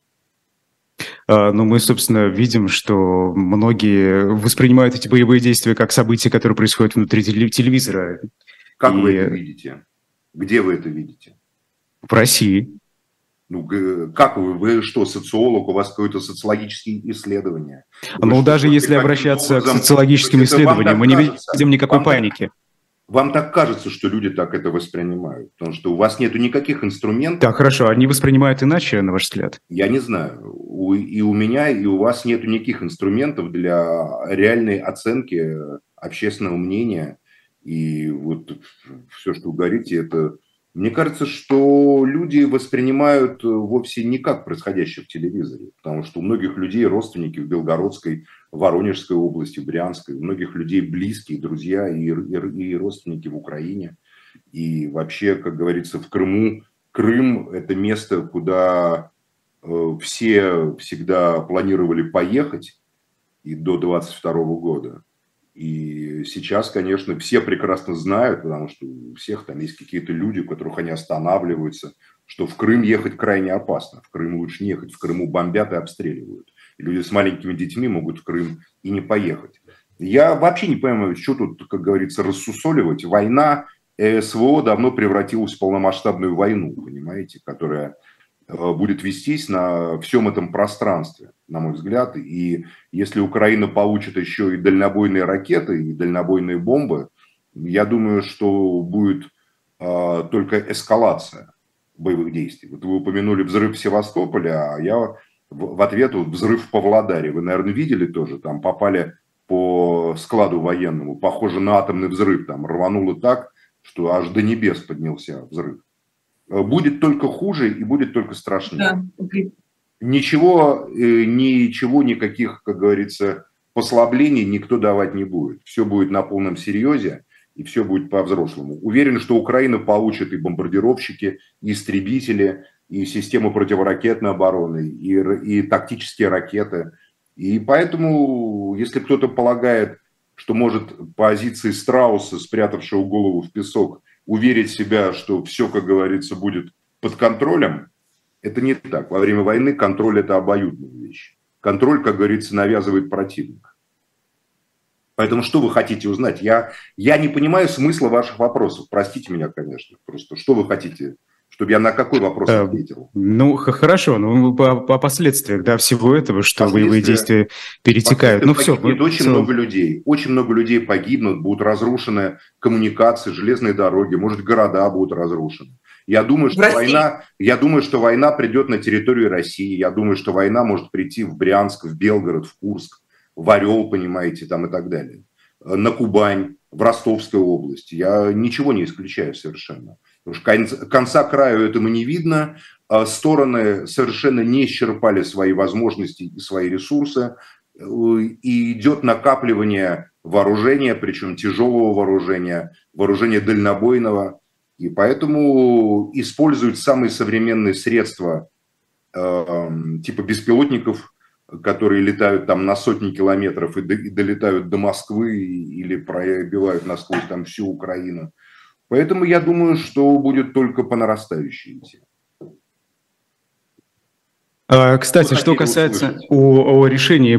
Ну, мы, собственно, видим, что многие воспринимают эти боевые действия как события, которые происходят внутри телевизора. Как И... вы это видите? Где вы это видите? В России. Ну, как вы? Вы что, социолог? У вас какое-то социологические исследования? Вы ну, что, даже если обращаться образом... к социологическим исследованиям, мы не кажется, видим никакой вам паники. Так, вам так кажется, что люди так это воспринимают? Потому что у вас нет никаких инструментов. Так, хорошо. Они воспринимают иначе, на ваш взгляд? Я не знаю. И у меня, и у вас нет никаких инструментов для реальной оценки общественного мнения. И вот все, что вы говорите, это... Мне кажется, что люди воспринимают вовсе не как происходящее в телевизоре. Потому что у многих людей родственники в Белгородской, Воронежской области, Брянской. У многих людей близкие, друзья и, и, и родственники в Украине. И вообще, как говорится, в Крыму. Крым – это место, куда... все всегда планировали поехать и до двадцать второго года. И сейчас, конечно, все прекрасно знают, потому что у всех там есть какие-то люди, у которых они останавливаются, что в Крым ехать крайне опасно. В Крым лучше не ехать, в Крыму бомбят и обстреливают. И люди с маленькими детьми могут в Крым и не поехать. Я вообще не понимаю, что тут, как говорится, рассусоливать. Война, СВО давно превратилась в полномасштабную войну, понимаете, которая... будет вестись на всем этом пространстве, на мой взгляд. И если Украина получит еще и дальнобойные ракеты, и дальнобойные бомбы, я думаю, что будет э, только эскалация боевых действий. Вот вы упомянули взрыв в Севастополе, а я в, в ответ вот, взрыв в Павлодаре. Вы, наверное, видели тоже, там попали по складу военному, похоже на атомный взрыв, там рвануло так, что аж до небес поднялся взрыв. Будет только хуже и будет только страшнее. Да. Ничего, ничего, никаких, как говорится, послаблений никто давать не будет. Все будет на полном серьезе и все будет по-взрослому. Уверен, что Украина получит и бомбардировщики, и истребители, и систему противоракетной обороны, и, и тактические ракеты. И поэтому, если кто-то полагает, что может позиции страуса, спрятавшего голову в песок, уверить себя, что все, как говорится, будет под контролем, это не так. Во время войны контроль – это обоюдная вещь. Контроль, как говорится, навязывает противник. Поэтому что вы хотите узнать? Я, я не понимаю смысла ваших вопросов. Простите меня, конечно. Просто что вы хотите, чтобы я на какой вопрос ответил? Ну, хорошо. Ну, по, по последствиям, да, всего этого, что боевые действия перетекают. Ну, все. Погибнет очень все. много людей. Очень много людей погибнут, будут разрушены коммуникации, железные дороги, может, города будут разрушены. Я думаю, что война, я думаю, что война придет на территорию России. Я думаю, что война может прийти в Брянск, в Белгород, в Курск, в Орел, понимаете, там и так далее. На Кубань, в Ростовской области. Я ничего не исключаю совершенно. Потому что конца краю этому не видно. Стороны совершенно не исчерпали свои возможности и свои ресурсы. И идет накапливание вооружения, причем тяжелого вооружения, вооружения дальнобойного. И поэтому используют самые современные средства, э, типа беспилотников, которые летают там на сотни километров и, до, и долетают до Москвы или пробивают насквозь там всю Украину. Поэтому я думаю, что будет только по нарастающей идти. Кстати, что касается о, о решении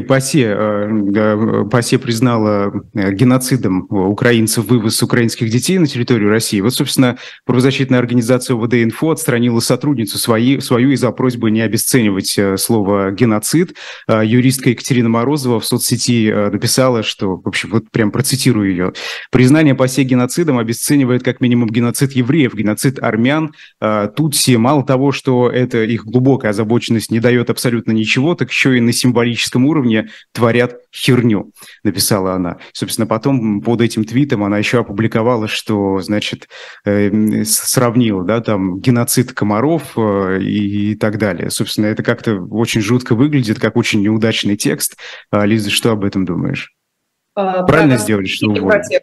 ПАСЕ, ПАСЕ признала геноцидом украинцев вывоз украинских детей на территорию России. Вот, собственно, правозащитная организация ОВД-Инфо отстранила сотрудницу свои, свою из-за просьбы не обесценивать слово «геноцид». Юристка Екатерина Морозова в соцсети написала, что, в общем, вот прям процитирую ее. «Признание ПАСЕ геноцидом обесценивает как минимум геноцид евреев, геноцид армян, тутси. Мало того, что это их глубокая озабоченность не дает абсолютно ничего, так еще и на символическом уровне творят херню», написала она. Собственно, потом под этим твитом она еще опубликовала, что, значит, э, сравнила, да, там, геноцид комаров э, и, и так далее. Собственно, это как-то очень жутко выглядит, как очень неудачный текст. А, Лиза, что об этом думаешь? А, Правильно сделали, что уволили?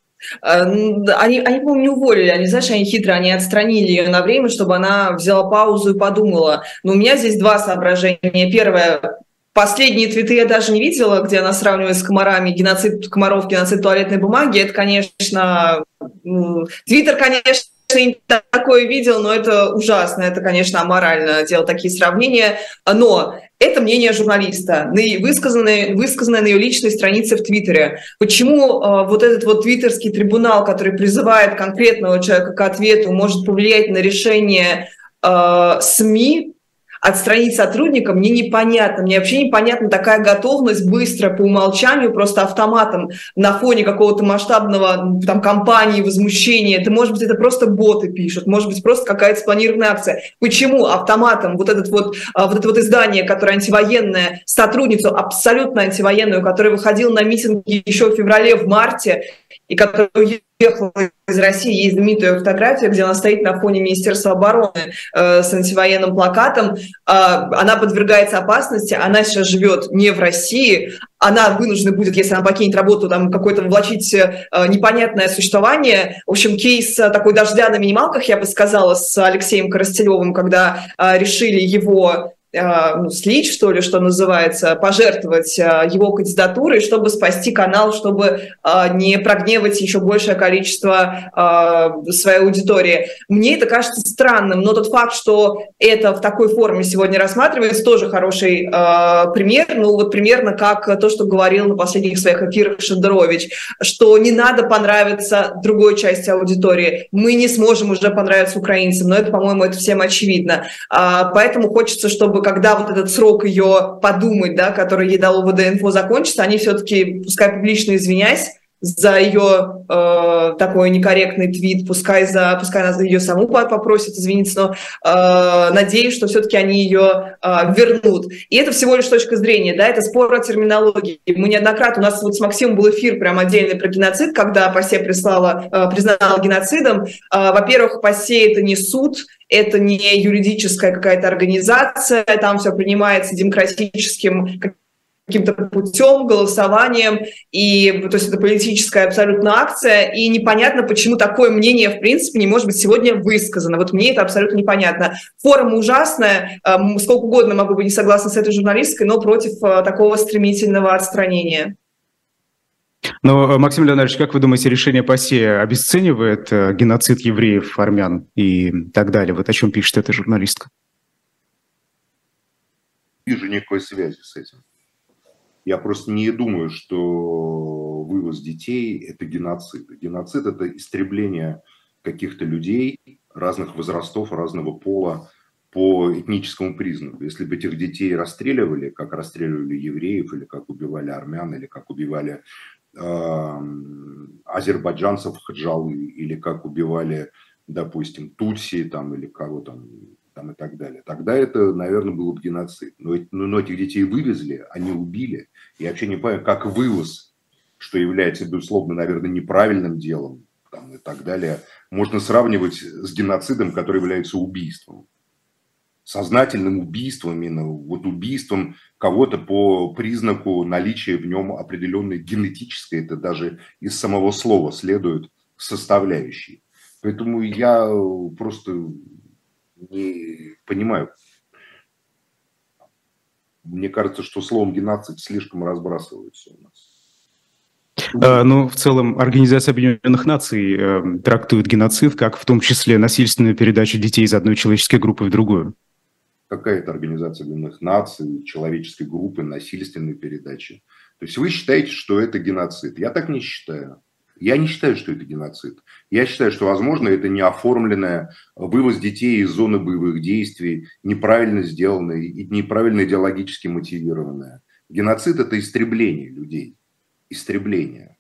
Они, они, по-моему, не уволили, они, знаешь, они хитро, они отстранили ее на время, чтобы она взяла паузу и подумала. Но у меня здесь два соображения. Первое, последние твиты я даже не видела, где она сравнивает с комарами геноцид комаров, геноцид туалетной бумаги. Это, конечно, Твиттер, конечно, не такое видел, но это ужасно, это, конечно, аморально делать такие сравнения. Но это мнение журналиста, высказанное, высказанное на ее личной странице в Твиттере. Почему э, вот этот вот твиттерский трибунал, который призывает конкретного человека к ответу, может повлиять на решение э, СМИ, отстранить сотрудника, мне непонятно. Мне вообще непонятна такая готовность быстро по умолчанию, просто автоматом на фоне какого-то масштабного там кампании, возмущения. Это, может быть, это просто боты пишут, может быть, просто какая-то спланированная акция. Почему автоматом вот, этот вот, вот это вот издание, которое антивоенное, сотрудницу абсолютно антивоенную, которая выходила на митинги еще в феврале, в марте, и которая уехала из России, есть знаменитая фотография, где она стоит на фоне Министерства обороны э, с антивоенным плакатом. Э, она подвергается опасности, она сейчас живет не в России, она вынуждена будет, если она покинет работу, там какое-то влачить э, непонятное существование. В общем, кейс такой дождя на минималках, я бы сказала, с Алексеем Коростелевым, когда э, решили его... ну, слить, что ли, что называется, пожертвовать его кандидатурой, чтобы спасти канал, чтобы не прогневать еще большее количество своей аудитории. Мне это кажется странным, но тот факт, что это в такой форме сегодня рассматривается, тоже хороший пример, ну вот примерно как то, что говорил на последних своих эфирах Шендерович, что не надо понравиться другой части аудитории, мы не сможем уже понравиться украинцам, но это, по-моему, это всем очевидно. Поэтому хочется, чтобы когда вот этот срок ее подумать, да, который ей дал ОВД-Инфо, закончится, они все-таки, пускай публично извинясь за ее э, такой некорректный твит, пускай, за, пускай она ее саму попросит извиниться, но э, надеюсь, что все-таки они ее э, вернут. И это всего лишь точка зрения, да, это спор о терминологии. Мы неоднократно, у нас вот с Максимом был эфир прям отдельный про геноцид, когда ПАСЕ прислала, э, признала геноцидом. Э, во-первых, ПАСЕ это не суд, это не юридическая какая-то организация, там все принимается демократическим каким-то путем, голосованием, и то есть это политическая абсолютно акция, и непонятно, почему такое мнение, в принципе, не может быть сегодня высказано. Вот мне это абсолютно непонятно. Форма ужасная, сколько угодно могу быть не согласна с этой журналисткой, но против такого стремительного отстранения. Но, Максим Леонидович, как вы думаете, решение ПАСЕ обесценивает геноцид евреев, армян и так далее? Вот о чем пишет эта журналистка? Не вижу никакой связи с этим. Я просто не думаю, что вывоз детей – это геноцид. Геноцид – это истребление каких-то людей разных возрастов, разного пола по этническому признаку. Если бы этих детей расстреливали, как расстреливали евреев, или как убивали армян, или как убивали э, азербайджанцев Хаджалы, или как убивали, допустим, тутси там, или кого там, там и так далее. Тогда это, наверное, было бы геноцид. Но, но этих детей вывезли, они убили. Я вообще не понимаю, как вывоз, что является, безусловно, наверное, неправильным делом там, и так далее, можно сравнивать с геноцидом, который является убийством. Сознательным убийством, именно вот убийством кого-то по признаку наличия в нем определенной генетической, это даже из самого слова следует, составляющей. Поэтому я просто не понимаю. Мне кажется, что словом геноцид слишком разбрасывается у нас. Uh, ну, в целом, Организация Объединенных Наций э, трактует геноцид как в том числе насильственную передачу детей из одной человеческой группы в другую. Какая это Организация Объединенных Наций, человеческой группы, насильственной передачи? То есть вы считаете, что это геноцид? Я так не считаю. Я не считаю, что это геноцид. Я считаю, что, возможно, это неоформленное вывоз детей из зоны боевых действий, неправильно сделанное и неправильно идеологически мотивированное. Геноцид – это истребление людей. Истребление.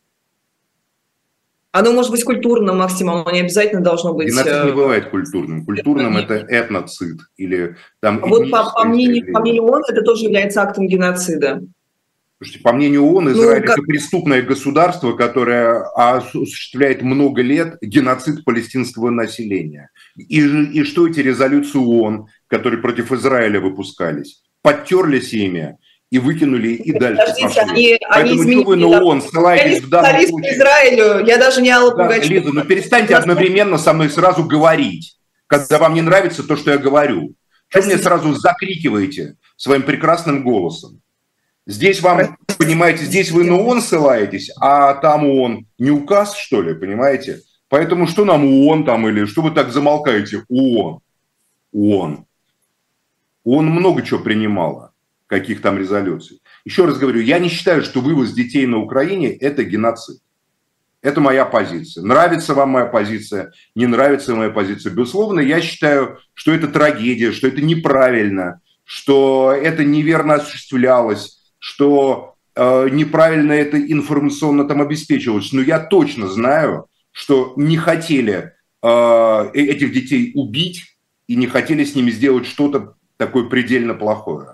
Оно может быть культурным максимум, оно не обязательно должно быть... Геноцид не бывает культурным. Культурным это этноцид. Или там а вот по, по, мнению, по мнению ООН это тоже является актом геноцида. Слушайте, по мнению ООН, Израиль ну, как... – это преступное государство, которое осуществляет много лет геноцид палестинского населения. И, и что эти резолюции ООН, которые против Израиля выпускались, подтерлись ими и выкинули, и дальше пошли. Они, Поэтому они что вы на ООН ссылаетесь в данном случае? Израилю, я даже не Алла да, Лиза, ну перестаньте одновременно со мной сразу говорить, когда вам не нравится то, что я говорю. Что мне сразу закрикиваете своим прекрасным голосом? Здесь вам, понимаете, здесь вы на ООН ссылаетесь, а там ООН не указ, что ли, понимаете? Поэтому что нам ООН там, или что вы так замолкаете? ООН. ООН. ООН много чего принимала, каких там резолюций. Еще раз говорю, я не считаю, что вывоз детей на Украине – это геноцид. Это моя позиция. Нравится вам моя позиция, не нравится моя позиция. Безусловно, я считаю, что это трагедия, что это неправильно, что это неверно осуществлялось, что э, неправильно это информационно там обеспечивалось. Но я точно знаю, что не хотели э, этих детей убить и не хотели с ними сделать что-то такое предельно плохое.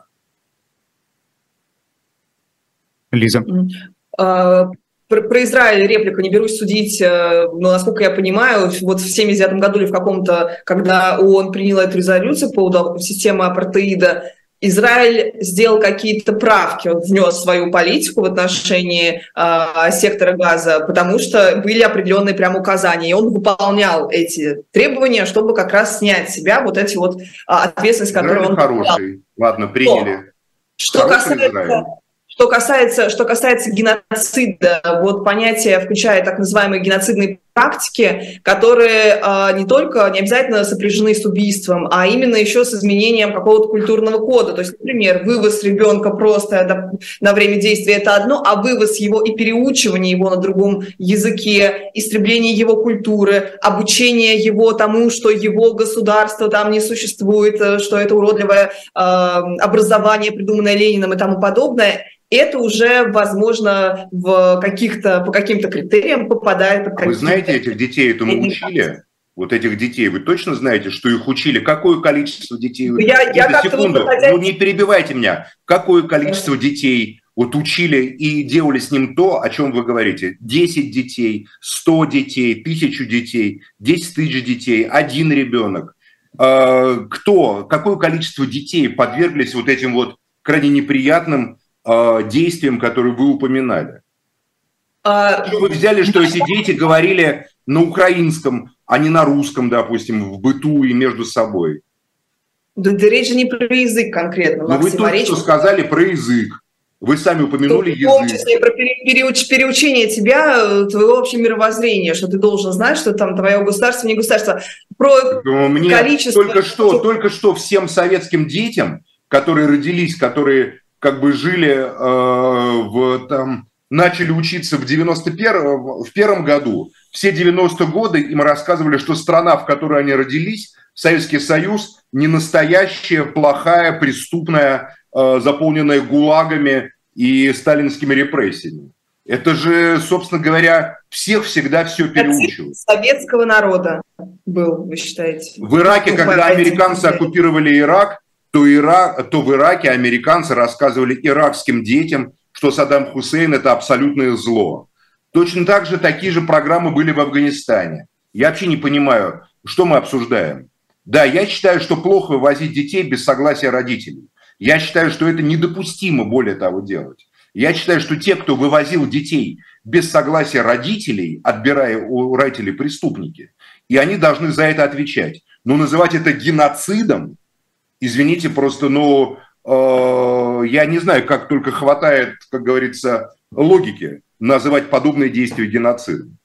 Лиза. Про, про Израиль реплика, не берусь судить, но, насколько я понимаю, вот в семьдесят девятом году или в каком-то, когда ООН приняла эту резолюцию по поводу системы апартеида, Израиль сделал какие-то правки, он внес свою политику в отношении э, сектора Газа, потому что были определенные прям указания, и он выполнял эти требования, чтобы как раз снять с себя вот эти вот э, ответственность, которую он хороший. Ладно, приняли. Что, что касается... Что касается, что касается геноцида, вот понятие включает так называемые геноцидные практики, которые э, не только не обязательно сопряжены с убийством, а именно еще с изменением какого-то культурного кода. То есть, например, вывоз ребенка просто на время действия – это одно, а вывоз его и переучивание его на другом языке, истребление его культуры, обучение его тому, что его государство там не существует, что это уродливое э, образование, придуманное Лениным и тому подобное – это уже, возможно, в каких-то, по каким-то критериям попадает. Под вы знаете, этих детей этому учили? Вот этих детей, вы точно знаете, что их учили? Какое количество детей? Я, я секунду, вот ну не перебивайте меня. Какое количество детей вот учили и делали с ним то, о чем вы говорите? десять детей, сто детей, тысячу детей, десять тысяч детей, один ребенок. Кто, какое количество детей подверглись вот этим вот крайне неприятным действиям, которые вы упоминали? А... Вы взяли, что эти дети говорили на украинском, а не на русском, допустим, в быту и между собой. Да, да речь же не про язык конкретно. Но вы только речь... что сказали про язык. Вы сами упомянули язык. В том числе про переуч... переучение тебя, твоего вообще мировоззрения, что ты должен знать, что там твое государство, не государство. Про Мне количество... Только что, только что всем советским детям, которые родились, которые... как бы жили, э, в, там, начали учиться в девяносто первом, в первом году, все девяностые годы им рассказывали, что страна, в которой они родились, Советский Союз, не настоящая, плохая, преступная, э, заполненная гулагами и сталинскими репрессиями. Это же, собственно говоря, всех всегда все переучивают. Советского народа был, вы считаете? В Ираке, ну, когда американцы оккупировали Ирак, То, Ирак, то в Ираке американцы рассказывали иракским детям, что Саддам Хусейн – это абсолютное зло. Точно так же такие же программы были в Афганистане. Я вообще не понимаю, что мы обсуждаем. Да, я считаю, что плохо вывозить детей без согласия родителей. Я считаю, что это недопустимо, более того, делать. Я считаю, что те, кто вывозил детей без согласия родителей, отбирая у родителей преступники. и они должны за это отвечать. Но называть это геноцидом, извините, просто, ну, э, я не знаю, как только хватает, как говорится, логики называть подобные действия геноцидом.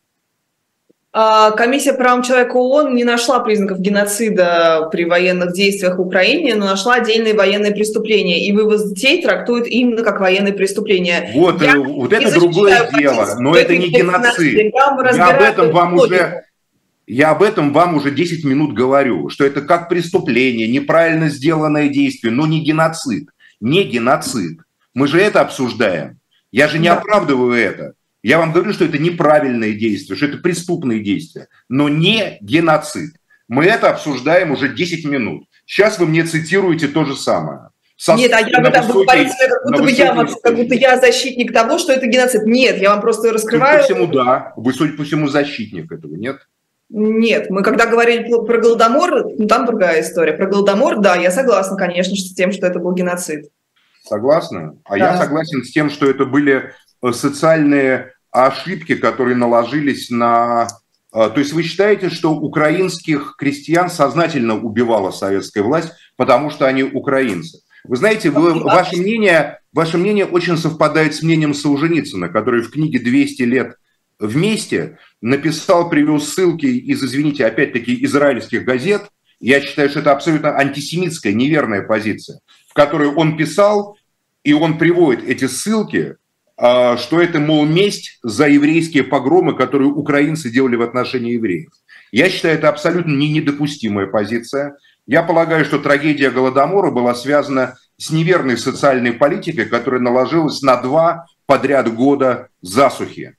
Комиссия по правам человека ООН не нашла признаков геноцида при военных действиях в Украине, но нашла отдельные военные преступления. И вывоз детей трактуют именно как военные преступления. Вот, я вот это другое дело, но это не геноцид. Я об этом вам уже... Я об этом вам уже десять минут говорю, что это как преступление, неправильно сделанное действие, но не геноцид. Не геноцид. Мы же это обсуждаем. Я же не да. оправдываю это. Я вам говорю, что это неправильные действия, что это преступные действия, но не геноцид. Мы это обсуждаем уже десять минут. Сейчас вы мне цитируете то же самое. Со... Нет, а я об этом буду говорить, как будто, бы я, как будто я защитник того, что это геноцид. Нет, я вам просто раскрываю... Судя по всему, да. Вы, судя по всему, защитник этого, нет? Нет, мы когда говорили про Голодомор, ну там другая история. Про Голодомор, да, я согласна, конечно, с тем, что это был геноцид. Согласна? А да. я согласен с тем, что это были социальные ошибки, которые наложились на... То есть вы считаете, что украинских крестьян сознательно убивала советская власть, потому что они украинцы? Вы знаете, вы, ваше мнение, ваше мнение очень совпадает с мнением Солженицына, который в книге «двести лет вместе» написал, привел ссылки из, извините, опять-таки, израильских газет. Я считаю, что это абсолютно антисемитская, неверная позиция, в которой он писал, и он приводит эти ссылки, что это, мол, месть за еврейские погромы, которые украинцы делали в отношении евреев. Я считаю, это абсолютно не недопустимая позиция. Я полагаю, что трагедия Голодомора была связана с неверной социальной политикой, которая наложилась на два подряд года засухи,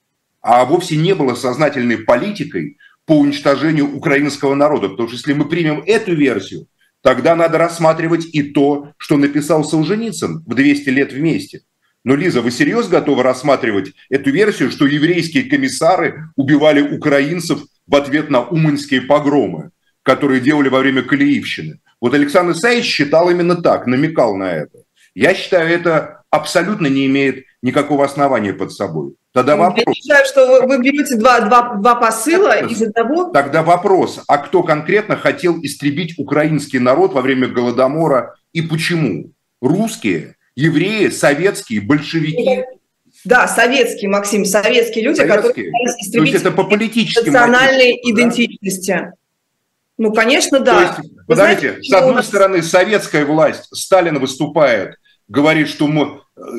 а вовсе не было сознательной политикой по уничтожению украинского народа. Потому что если мы примем эту версию, тогда надо рассматривать и то, что написал Солженицын в «двести лет вместе». Но, Лиза, вы серьезно готовы рассматривать эту версию, что еврейские комиссары убивали украинцев в ответ на уманские погромы, которые делали во время Калиевщины? Вот Александр Исаевич считал именно так, намекал на это. Я считаю, это абсолютно не имеет никакого основания под собой. Тогда вопрос. Я считаю, что вы, вы берете два, два, два посыла из одного. Тогда вопрос, а кто конкретно хотел истребить украинский народ во время Голодомора и почему? Русские, евреи, советские, большевики? Да, советские, Максим, советские люди, советские. которые хотели истребить. То есть это по политическим национальной мотивам, идентичности. Да? Ну, конечно, да. То есть, подождите, с одной нас... стороны, советская власть, Сталин выступает, говорит, что мы,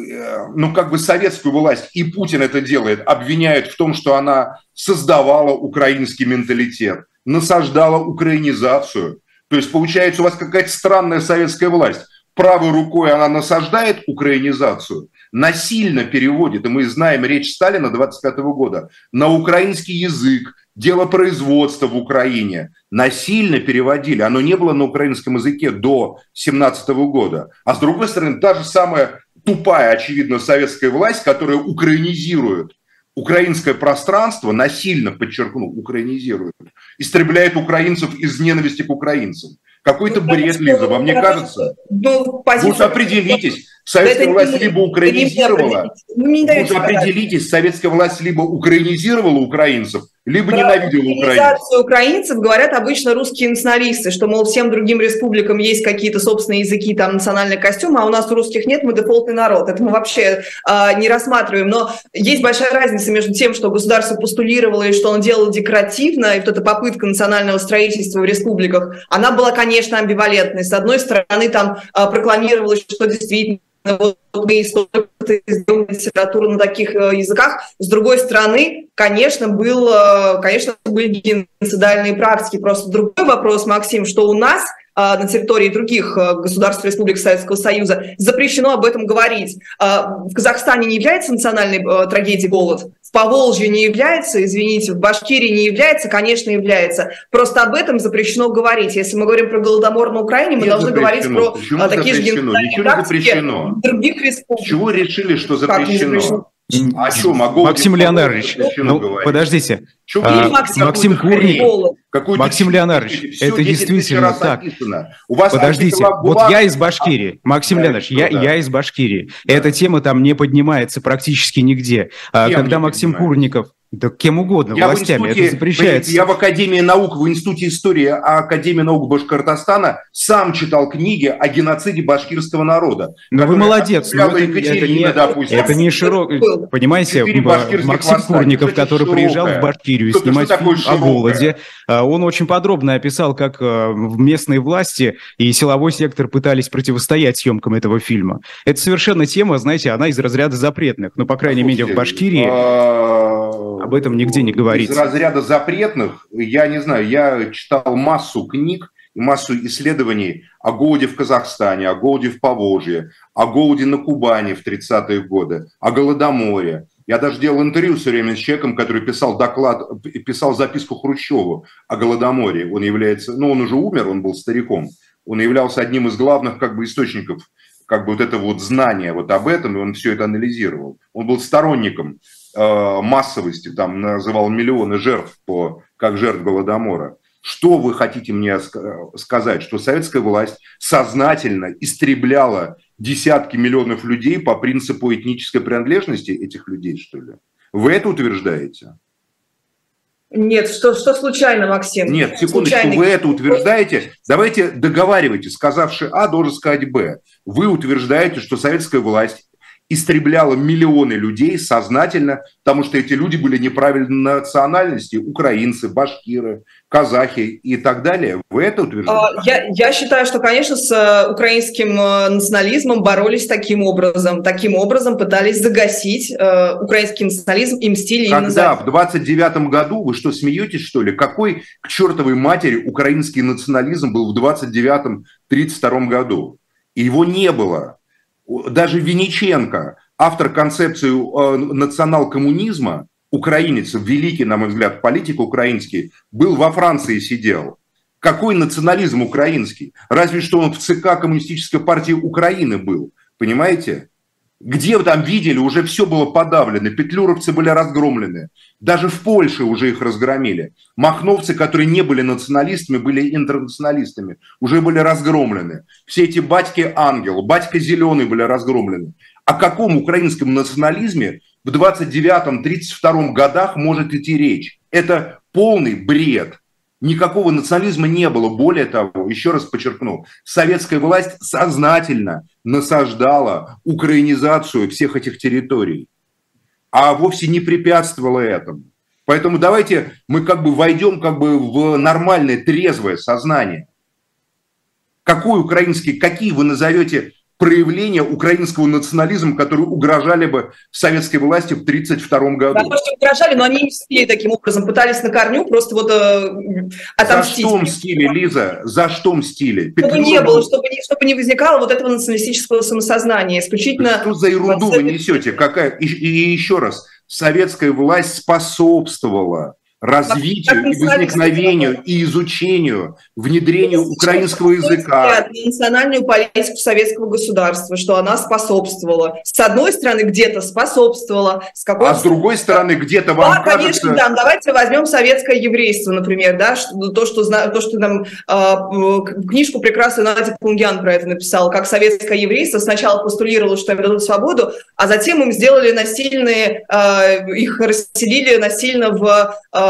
ну, как бы советскую власть, и Путин это делает, обвиняют в том, что она создавала украинский менталитет, насаждала украинизацию. То есть, получается, у вас какая-то странная советская власть. Правой рукой она насаждает украинизацию, насильно переводит, и мы знаем речь Сталина двадцать пятого года, на украинский язык, дело производства в Украине. Насильно переводили, оно не было на украинском языке до семнадцатого года. А с другой стороны, та же самая тупая, очевидно, советская власть, которая украинизирует украинское пространство, насильно, подчеркну, украинизирует, истребляет украинцев из ненависти к украинцам. Какой-то ну, бред, Лиза, вам не кажется? Ну, вы уже определитесь, советская власть либо украинизировала, вы уже определитесь, советская власть либо украинизировала украинцев, либо ненавидела украинцев. Украинцев говорят обычно русские националисты, что, мол, всем другим республикам есть какие-то собственные языки, там, национальные костюмы, а у нас у русских нет, мы дефолтный народ. Это мы вообще э, не рассматриваем. Но есть большая разница между тем, что государство постулировало и что оно делало декоративно, и вот эта попытка национального строительства в республиках, она была, конечно, амбивалентной. С одной стороны, там э, прокламировалось, что действительно вот мы столько сделали литературу на таких э, языках. С другой стороны, конечно, был, э, конечно, были геноцидальные практики. Просто другой вопрос, Максим, что у нас э, на территории других э, государств Республик Советского Союза запрещено об этом говорить. Э, в Казахстане не является национальной э, трагедией голод. В Поволжье не является, извините, в Башкирии не является, конечно, является. Просто об этом запрещено говорить. Если мы говорим про Голодомор на Украине, мы Нет должны запрещено. говорить про Почему такие же геноцидальные практики в других республиках. Чего решили, что запрещено? А что, могу Максим Леонардович, ну, подождите. А, Максим, Максим Курников, Максим Леонардович, это действительно так. У вас Подождите, вот я из Башкирии, Максим да, Леонардович, я, да. я из Башкирии. Да. Эта тема там не поднимается практически нигде. А, когда Максим Курников... Да кем угодно, я властями, в институте, это запрещается. Я в Академии наук, в Институте истории Академии наук Башкортостана сам читал книги о геноциде башкирского народа. Но вы молодец, но это, Екатерина, это, не, допустим. это не широкое, понимаете, Максим Курников, который приезжал в Башкирию снимать фильм о голоде, он очень подробно описал, как местные власти и силовой сектор пытались противостоять съемкам этого фильма. Это совершенно тема, знаете, она из разряда запретных, ну, по крайней мере, в Башкирии об этом нигде не говорится. Из разряда запретных, я не знаю, я читал массу книг и массу исследований о голоде в Казахстане, о голоде в Поволжье, о голоде на Кубани в тридцатые годы, о Голодоморе. Я даже делал интервью все время с человеком, который писал доклад, писал записку Хрущеву о Голодоморе. Он является, ну, он уже умер, он был стариком. Он являлся одним из главных как бы источников как бы вот этого вот знания вот об этом, и он все это анализировал. Он был сторонником э, массовости, там называл миллионы жертв по, как жертв Голодомора. Что вы хотите мне сказать? Что советская власть сознательно истребляла десятки миллионов людей по принципу этнической принадлежности этих людей, что ли? Вы это утверждаете? Нет, что, что случайно, Максим? Нет, секундочку, Случайный... вы это утверждаете? Давайте договаривайтесь, сказавший А должен сказать Б. Вы утверждаете, что советская власть истребляла миллионы людей сознательно, потому что эти люди были неправильной национальности, украинцы, башкиры, казахи и так далее. Вы это утверждаете? Я, я считаю, что, конечно, с украинским национализмом боролись таким образом. Таким образом пытались загасить э, украинский национализм и мстили именно за... Когда в двадцать девятом году, вы что, смеетесь, что ли? Какой к чертовой матери украинский национализм был в двадцать девятом — тридцать втором году? И его не было. Даже Винниченко, автор концепции э, национал-коммунизма, украинец, великий, на мой взгляд, политик украинский, был во Франции, сидел. Какой национализм украинский? Разве что он в ЦК Коммунистической партии Украины был, понимаете? Где вы там видели, уже все было подавлено, петлюровцы были разгромлены. Даже в Польше уже их разгромили. Махновцы, которые не были националистами, были интернационалистами, уже были разгромлены. Все эти батьки-ангел, батька-зеленый были разгромлены. О каком украинском национализме в двадцать девятом — тридцать втором годах может идти речь? Это полный бред. Никакого национализма не было. Более того, еще раз подчеркну, советская власть сознательно насаждала украинизацию всех этих территорий, а вовсе не препятствовала этому. Поэтому давайте мы как бы войдем как бы в нормальное, трезвое сознание. Какой украинский, какие вы назовете проявления украинского национализма, которые угрожали бы советской власти в тридцать втором году? Да, может, угрожали, но они не мстили таким образом, пытались на корню просто вот э, отомстить. За что мстили, Лиза? За что мстили? Чтобы не было, чтобы не, чтобы не возникало вот этого националистического самосознания, исключительно... Что за ерунду вы несете? Какая... И, и еще раз, советская власть способствовала развитию и возникновению и изучению, внедрению украинского языка. Национальную политику советского государства, что она способствовала. С одной стороны, где-то способствовала. С какой а с другой стороны, где-то вам да, кажется... конечно, да. Давайте возьмем советское еврейство, например, да, то, что, то, что нам э, книжку прекрасную Надя Пунгян про это написала, как советское еврейство сначала постулировало, что им дадут свободу, а затем им сделали насильные, э, их расселили насильно в... Э,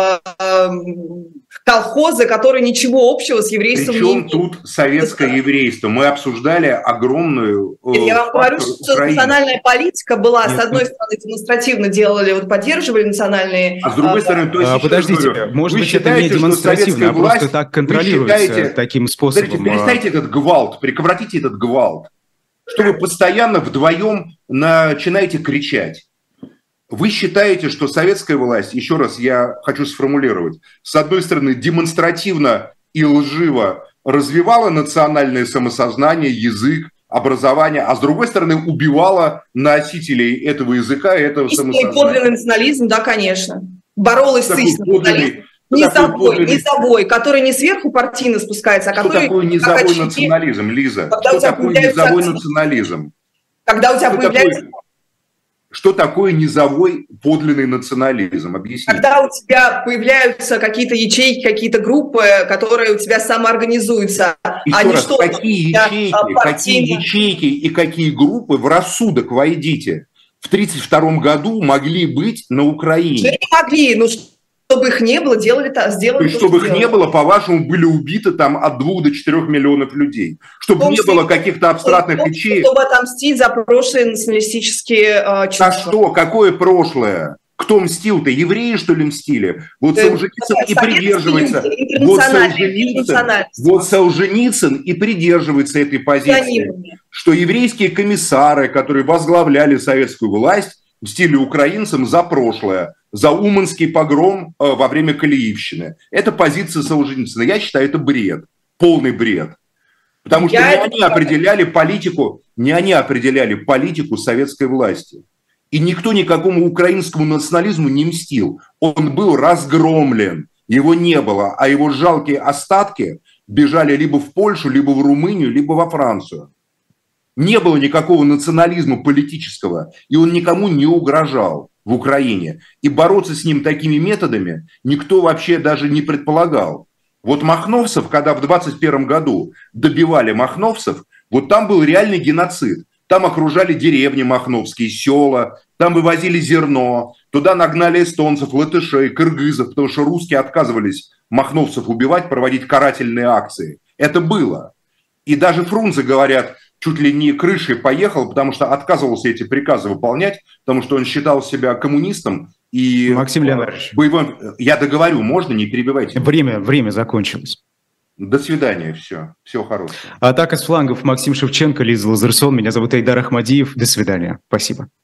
колхозы, которые ничего общего с еврейством Причем не имеют. Тут советское еврейство. Мы обсуждали огромную... Э, Я вам говорю, что Украины. Национальная политика была, Нет, с одной стороны, демонстративно делали, вот поддерживали национальные... А с другой а, стороны, то есть... А, подождите, говорю, может быть, считаете, это не демонстративно, а просто так контролируется считаете, таким способом. Смотрите, перестаньте этот гвалт, прекратите этот гвалт, что вы постоянно вдвоем начинаете кричать. Вы считаете, что советская власть, еще раз я хочу сформулировать, с одной стороны, демонстративно и лживо развивала национальное самосознание, язык, образование, а с другой стороны, убивала носителей этого языка и этого истинный самосознания? Подлинный национализм, да, конечно. Боролась с истинным национализмом. Низовой, подлинный... низовой, который не сверху партийно спускается, а что который... Что такое низовой очки... национализм, Лиза? Когда что такое низовой акции... национализм? Когда у тебя что появляется... Такое... Что такое низовой подлинный национализм? Объясните. Когда у тебя появляются какие-то ячейки, какие-то группы, которые у тебя самоорганизуются. Еще а не раз, что какие ячейки, какие ячейки и какие группы в рассудок войдите. в тридцать втором году могли быть на Украине? Что не могли? Ну, чтобы их не было, делали, сделали то есть, то, чтобы что их делали. не было, по-вашему, были убиты там от двух до четырех миллионов людей. Чтобы не было каких-то абстрактных ячеек. Чтобы отомстить за прошлые националистические э, чувства. А что? Какое прошлое? Кто мстил-то? Евреи, что ли, мстили? Вот Да, Солженицын и придерживается. Люди, вот, Солженицын, вот Солженицын и придерживается этой позиции, что еврейские комиссары, которые возглавляли советскую власть, мстили украинцам за прошлое, за Уманский погром э, во время Калиевщины. Это позиция Солженицына. Я считаю, это бред, полный бред. Потому что Я не они определяли политику, не они определяли политику советской власти. И никто никакому украинскому национализму не мстил. Он был разгромлен, его не было, а его жалкие остатки бежали либо в Польшу, либо в Румынию, либо во Францию. Не было никакого национализма политического, и он никому не угрожал в Украине. И бороться с ним такими методами никто вообще даже не предполагал. Вот махновцев, когда в двадцать первом году добивали махновцев, вот там был реальный геноцид. Там окружали деревни махновские, села, там вывозили зерно, туда нагнали эстонцев, латышей, кыргызов, потому что русские отказывались махновцев убивать, проводить карательные акции. Это было. И даже Фрунзе, говорят, чуть ли не крышей поехал, потому что отказывался эти приказы выполнять, потому что он считал себя коммунистом. И Максим Леонидович. Боевым... Я договорю, можно, не перебивайте. Время, время закончилось. До свидания, все. Всего хорошего. Атака с флангов. Максим Шевченко, Лиза Лазерсон. Меня зовут Айдар Ахмадиев. До свидания. Спасибо.